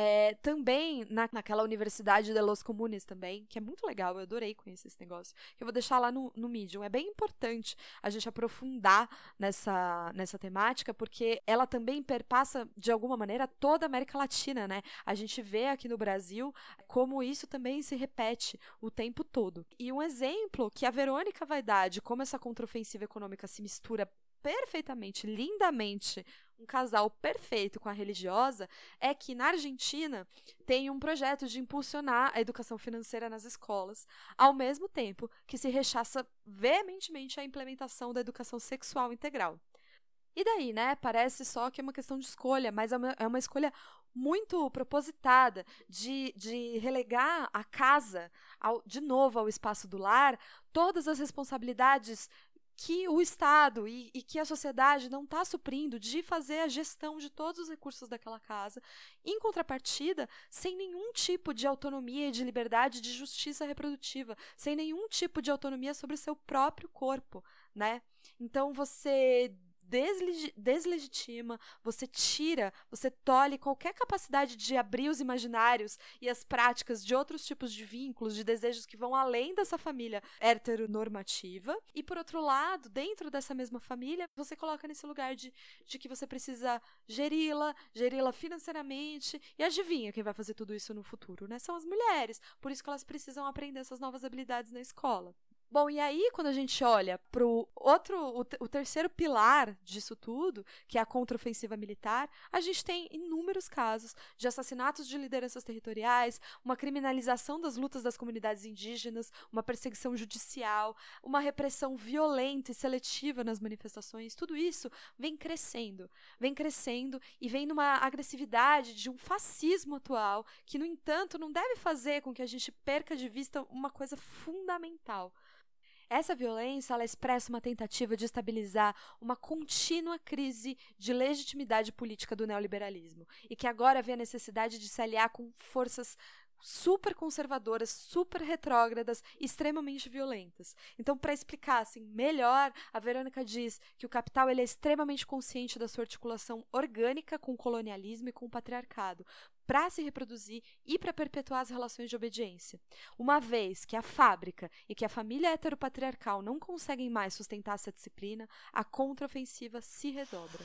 também naquela Universidade de los Comunes também, que é muito legal, eu adorei conhecer esse negócio, que eu vou deixar lá no Medium. É bem importante a gente aprofundar nessa temática, porque ela também perpassa, de alguma maneira, toda a América Latina, né? A gente vê aqui no Brasil como isso também se repete o tempo todo. E um exemplo que a Verônica vai dar de como essa contraofensiva econômica se mistura perfeitamente, lindamente, um casal perfeito com a religiosa, é que na Argentina tem um projeto de impulsionar a educação financeira nas escolas, ao mesmo tempo que se rechaça veementemente a implementação da educação sexual integral. E daí, né? Parece só que é uma questão de escolha, mas é uma escolha muito propositada de relegar a casa, de novo, ao espaço do lar, todas as responsabilidades que o Estado e que a sociedade não está suprindo de fazer a gestão de todos os recursos daquela casa, em contrapartida, sem nenhum tipo de autonomia e de liberdade de justiça reprodutiva, sem nenhum tipo de autonomia sobre o seu próprio corpo, né? Então você deslegitima, você tira, você tolhe qualquer capacidade de abrir os imaginários e as práticas de outros tipos de vínculos, de desejos que vão além dessa família heteronormativa. E, por outro lado, dentro dessa mesma família, você coloca nesse lugar de que você precisa geri-la financeiramente. E adivinha quem vai fazer tudo isso no futuro, né? São as mulheres. Por isso que elas precisam aprender essas novas habilidades na escola. Bom, e aí, quando a gente olha para o terceiro pilar disso tudo, que é a contraofensiva militar, a gente tem inúmeros casos de assassinatos de lideranças territoriais, uma criminalização das lutas das comunidades indígenas, uma perseguição judicial, uma repressão violenta e seletiva nas manifestações. Tudo isso vem crescendo e vem numa agressividade de um fascismo atual que, no entanto, não deve fazer com que a gente perca de vista uma coisa fundamental. Essa violência, ela expressa uma tentativa de estabilizar uma contínua crise de legitimidade política do neoliberalismo e que agora vê a necessidade de se aliar com forças super conservadoras, super retrógradas, extremamente violentas. Então, para explicar assim, melhor, a Verônica diz que o capital ele é extremamente consciente da sua articulação orgânica com o colonialismo e com o patriarcado, para se reproduzir e para perpetuar as relações de obediência. Uma vez que a fábrica e que a família heteropatriarcal não conseguem mais sustentar essa disciplina, a contraofensiva se redobra.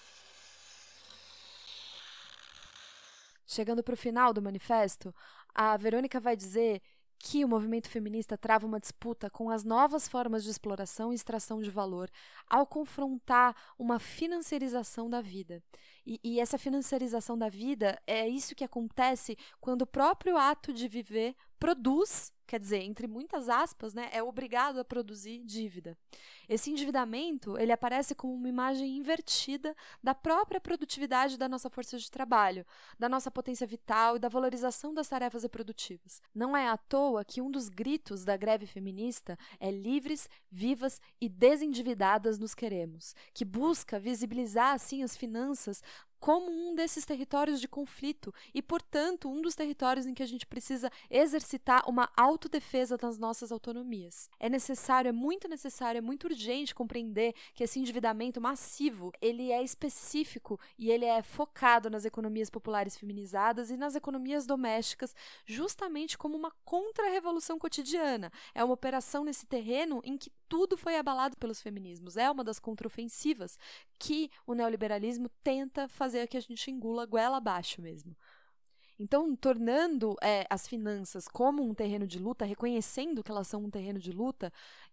Chegando para o final do manifesto, a Verônica vai dizer que o movimento feminista trava uma disputa com as novas formas de exploração e extração de valor ao confrontar uma financiarização da vida. E essa financiarização da vida é isso que acontece quando o próprio ato de viver produz, quer dizer, entre muitas aspas, né, é obrigado a produzir dívida. Esse endividamento, ele aparece como uma imagem invertida da própria produtividade da nossa força de trabalho, da nossa potência vital e da valorização das tarefas reprodutivas. Não é à toa que um dos gritos da greve feminista é livres, vivas e desendividadas nos queremos, que busca visibilizar, assim, as finanças como um desses territórios de conflito e, portanto, um dos territórios em que a gente precisa exercitar uma autodefesa das nossas autonomias. É muito necessário, é muito urgente compreender que esse endividamento massivo, ele é específico e ele é focado nas economias populares feminizadas e nas economias domésticas, justamente como uma contra-revolução cotidiana. É uma operação nesse terreno em que tudo foi abalado pelos feminismos. É uma das contraofensivas que o neoliberalismo tenta fazer que a gente engula goela abaixo mesmo. Então, tornando as finanças como um terreno de luta, reconhecendo que elas são um terreno de luta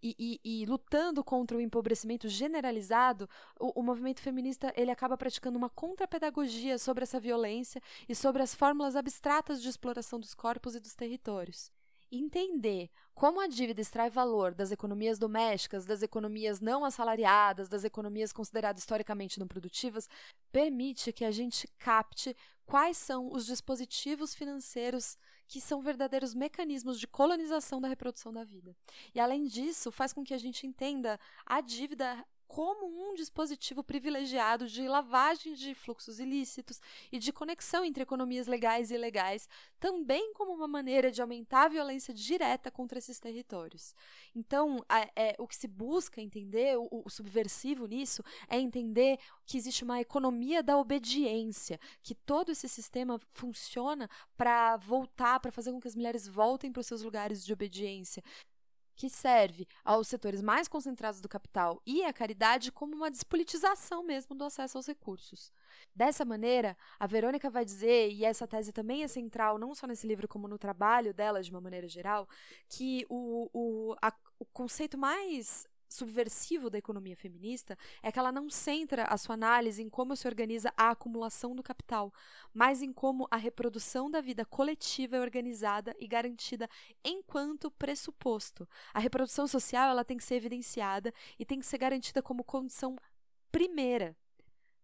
e lutando contra o empobrecimento generalizado, o movimento feminista ele acaba praticando uma contrapedagogia sobre essa violência e sobre as fórmulas abstratas de exploração dos corpos e dos territórios. Entender como a dívida extrai valor das economias domésticas, das economias não assalariadas, das economias consideradas historicamente não produtivas, permite que a gente capte quais são os dispositivos financeiros que são verdadeiros mecanismos de colonização da reprodução da vida. E, além disso, faz com que a gente entenda a dívida como um dispositivo privilegiado de lavagem de fluxos ilícitos e de conexão entre economias legais e ilegais, também como uma maneira de aumentar a violência direta contra esses territórios. Então, o que se busca entender, o subversivo nisso, é entender que existe uma economia da obediência, que todo esse sistema funciona para fazer com que as mulheres voltem para os seus lugares de obediência, que serve aos setores mais concentrados do capital e à caridade como uma despolitização mesmo do acesso aos recursos. Dessa maneira, a Verônica vai dizer, e essa tese também é central, não só nesse livro como no trabalho dela de uma maneira geral, que o conceito mais subversivo da economia feminista é que ela não centra a sua análise em como se organiza a acumulação do capital, mas em como a reprodução da vida coletiva é organizada e garantida enquanto pressuposto. A reprodução social ela tem que ser evidenciada e tem que ser garantida como condição primeira.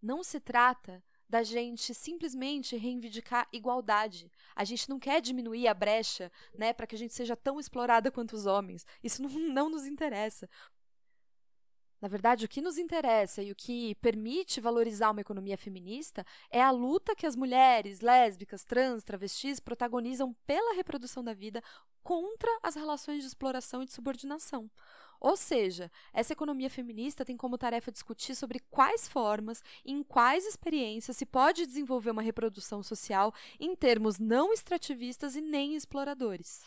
não se trata da gente simplesmente reivindicar igualdade. A gente não quer diminuir a brecha, né, para que a gente seja tão explorada quanto os homens. Isso não nos interessa. Na verdade, o que nos interessa e o que permite valorizar uma economia feminista é a luta que as mulheres, lésbicas, trans, travestis protagonizam pela reprodução da vida contra as relações de exploração e de subordinação. Ou seja, essa economia feminista tem como tarefa discutir sobre quais formas e em quais experiências se pode desenvolver uma reprodução social em termos não extrativistas e nem exploradores.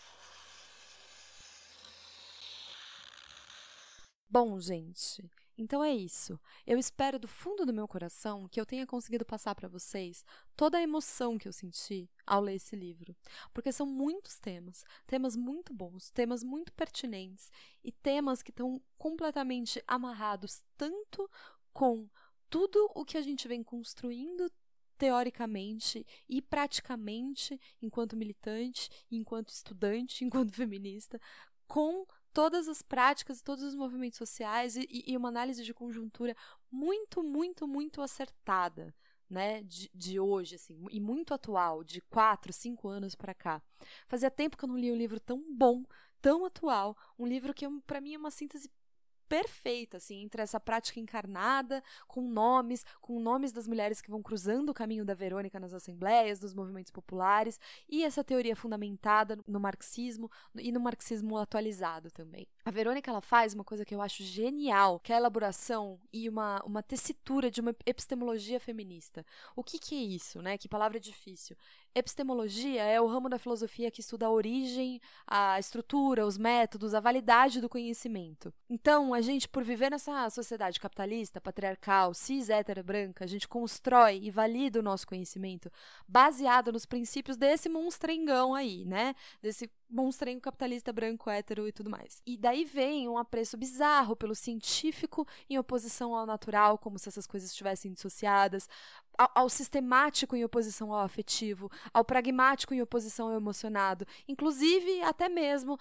Bom, gente, então é isso. Eu espero do fundo do meu coração que eu tenha conseguido passar para vocês toda a emoção que eu senti ao ler esse livro. Porque são muitos temas muito bons, temas muito pertinentes e temas que estão completamente amarrados tanto com tudo o que a gente vem construindo teoricamente e praticamente enquanto militante, enquanto estudante, enquanto feminista, com todas as práticas, todos os movimentos sociais e uma análise de conjuntura muito, muito, muito acertada, né, de hoje, assim, e muito atual, de 4, 5 anos para cá. Fazia tempo que eu não li um livro tão bom, tão atual, um livro que, para mim, é uma síntese perfeita, assim, entre essa prática encarnada, com nomes das mulheres que vão cruzando o caminho da Verônica nas assembleias, dos movimentos populares, e essa teoria fundamentada no marxismo e no marxismo atualizado também. A Verônica, ela faz uma coisa que eu acho genial, que é a elaboração e uma tessitura de uma epistemologia feminista. O que é isso, né? Que palavra difícil. Epistemologia é o ramo da filosofia que estuda a origem, a estrutura, os métodos, a validade do conhecimento. Então, a gente, por viver nessa sociedade capitalista, patriarcal, cis, hétera, branca, a gente constrói e valida o nosso conhecimento baseado nos princípios desse monstrengão aí, né? Desse monstrengo capitalista branco, hétero e tudo mais. E daí vem um apreço bizarro pelo científico em oposição ao natural, como se essas coisas estivessem dissociadas, ao sistemático em oposição ao afetivo, ao pragmático em oposição ao emocionado, inclusive até mesmo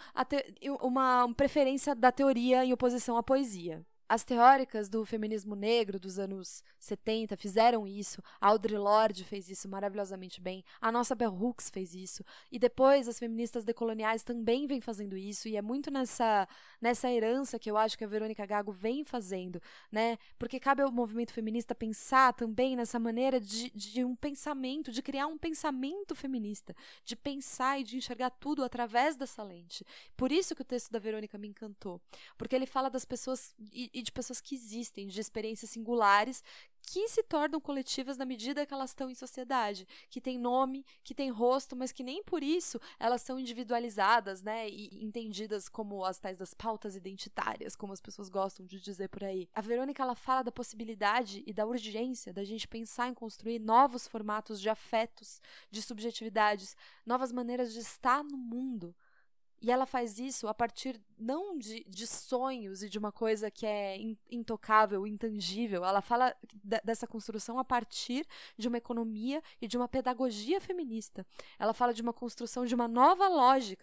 uma preferência da teoria em oposição à poesia. As teóricas do feminismo negro dos anos 70 fizeram isso, a Audre Lorde fez isso maravilhosamente bem, a nossa Bell Hooks fez isso, e depois as feministas decoloniais também vêm fazendo isso, e é muito nessa herança que eu acho que a Verônica Gago vem fazendo, né? Porque cabe ao movimento feminista pensar também nessa maneira de um pensamento, de criar um pensamento feminista, de pensar e de enxergar tudo através dessa lente. Por isso que o texto da Verônica me encantou, porque ele fala das pessoas e de pessoas que existem, de experiências singulares que se tornam coletivas na medida que elas estão em sociedade, que tem nome, que tem rosto, mas que nem por isso elas são individualizadas, né, e entendidas como as tais das pautas identitárias, como as pessoas gostam de dizer por aí. A Verônica, ela fala da possibilidade e da urgência da gente pensar em construir novos formatos de afetos, de subjetividades, novas maneiras de estar no mundo. E ela faz isso a partir não de sonhos e de uma coisa que é intocável, intangível. Ela fala dessa construção a partir de uma economia e de uma pedagogia feminista. Ela fala de uma construção de uma nova lógica,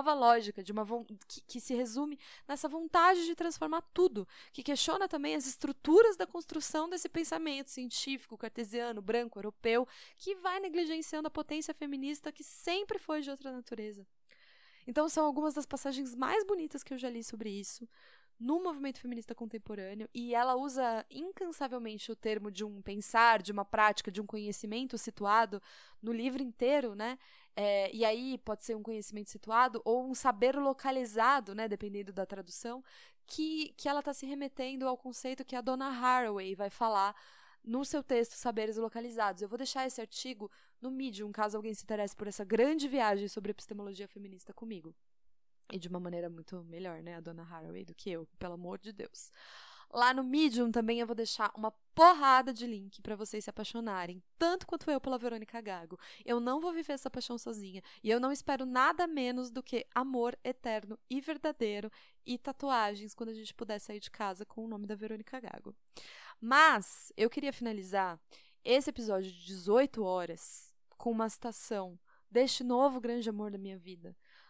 que se resume nessa vontade de transformar tudo, que questiona também as estruturas da construção desse pensamento científico, cartesiano, branco, europeu, que vai negligenciando a potência feminista que sempre foi de outra natureza. Então, são algumas das passagens mais bonitas que eu já li sobre isso no movimento feminista contemporâneo, e ela usa incansavelmente o termo de um pensar, de uma prática, de um conhecimento situado no livro inteiro, né? E aí pode ser um conhecimento situado ou um saber localizado, né? Dependendo da tradução, que ela está se remetendo ao conceito que a Donna Haraway vai falar no seu texto Saberes Localizados. Eu vou deixar esse artigo no Medium, caso alguém se interesse por essa grande viagem sobre epistemologia feminista comigo. E de uma maneira muito melhor, né, a Donna Haraway, do que eu, pelo amor de Deus. Lá no Medium também eu vou deixar uma porrada de link para vocês se apaixonarem, tanto quanto eu pela Verônica Gago. Eu não vou viver essa paixão sozinha, e eu não espero nada menos do que amor eterno e verdadeiro e tatuagens quando a gente puder sair de casa com o nome da Verônica Gago. Mas eu queria finalizar esse episódio de 18 horas com uma citação deste novo grande amor da minha vida,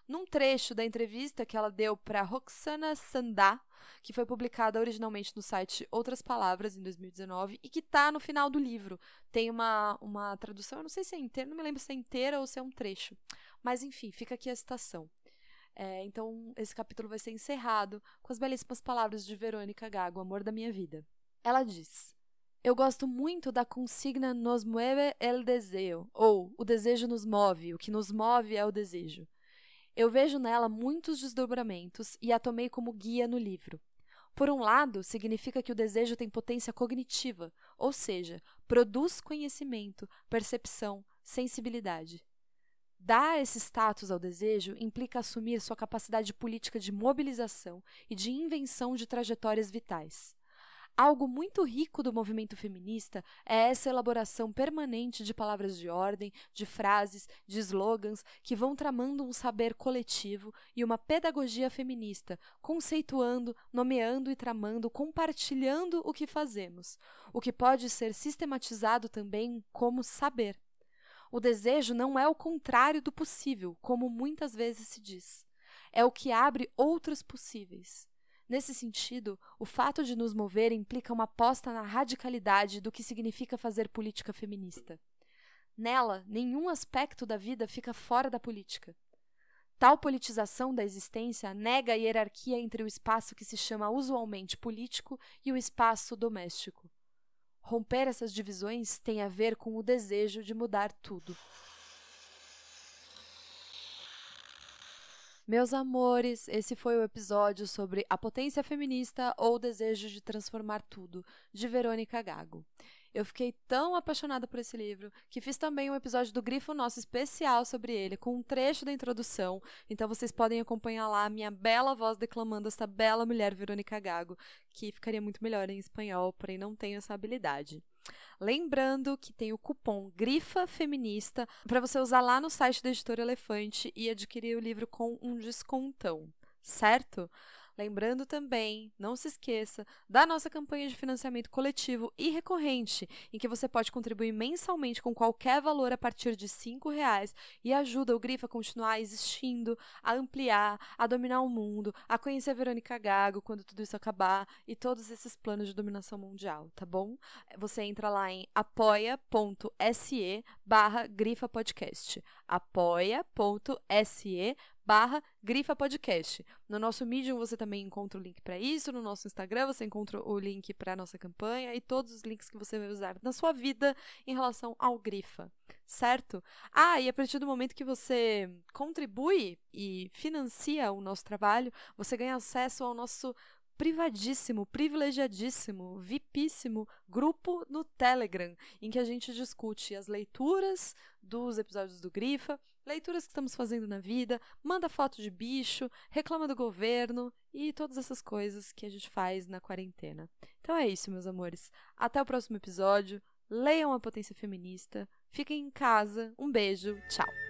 num trecho da entrevista que ela deu para Roxana Sandá, que foi publicada originalmente no site Outras Palavras, em 2019, e que está no final do livro. Tem uma tradução, eu não sei se é inteira, não me lembro se é inteira ou se é um trecho. Mas, enfim, fica aqui a citação. Então, esse capítulo vai ser encerrado com as belíssimas palavras de Verônica Gago, amor da minha vida. Ela diz: eu gosto muito da consigna nos mueve el deseo, ou o desejo nos move, o que nos move é o desejo. Eu vejo nela muitos desdobramentos e a tomei como guia no livro. Por um lado, significa que o desejo tem potência cognitiva, ou seja, produz conhecimento, percepção, sensibilidade. Dar esse status ao desejo implica assumir sua capacidade política de mobilização e de invenção de trajetórias vitais. Algo muito rico do movimento feminista é essa elaboração permanente de palavras de ordem, de frases, de slogans que vão tramando um saber coletivo e uma pedagogia feminista, conceituando, nomeando e tramando, compartilhando o que fazemos, o que pode ser sistematizado também como saber. O desejo não é o contrário do possível, como muitas vezes se diz. É o que abre outros possíveis. Nesse sentido, o fato de nos mover implica uma aposta na radicalidade do que significa fazer política feminista. Nela, nenhum aspecto da vida fica fora da política. Tal politização da existência nega a hierarquia entre o espaço que se chama usualmente político e o espaço doméstico. Romper essas divisões tem a ver com o desejo de mudar tudo. Meus amores, esse foi o episódio sobre A Potência Feminista ou o Desejo de Transformar Tudo, de Verônica Gago. Eu fiquei tão apaixonada por esse livro que fiz também um episódio do Grifo Nosso especial sobre ele, com um trecho da introdução. Então vocês podem acompanhar lá a minha bela voz declamando essa bela mulher Verônica Gago, que ficaria muito melhor em espanhol, porém não tenho essa habilidade. Lembrando que tem o cupom Grifa Feminista para você usar lá no site da Editora Elefante e adquirir o livro com um descontão, certo? Lembrando também, não se esqueça, da nossa campanha de financiamento coletivo e recorrente, em que você pode contribuir mensalmente com qualquer valor a partir de R$5 e ajuda o Grifa a continuar existindo, a ampliar, a dominar o mundo, a conhecer a Verônica Gago quando tudo isso acabar e todos esses planos de dominação mundial, tá bom? Você entra lá em apoia.se/grifapodcast. apoia.se/grifapodcast. No nosso Medium você também encontra o link para isso, no nosso Instagram você encontra o link para a nossa campanha e todos os links que você vai usar na sua vida em relação ao Grifa, certo? E a partir do momento que você contribui e financia o nosso trabalho, você ganha acesso ao nosso privadíssimo, privilegiadíssimo, VIPíssimo grupo no Telegram, em que a gente discute as leituras dos episódios do Grifa, leituras que estamos fazendo na vida, manda foto de bicho, reclama do governo e todas essas coisas que a gente faz na quarentena. Então é isso, meus amores. Até o próximo episódio. Leiam A Potência Feminista. Fiquem em casa. Um beijo. Tchau.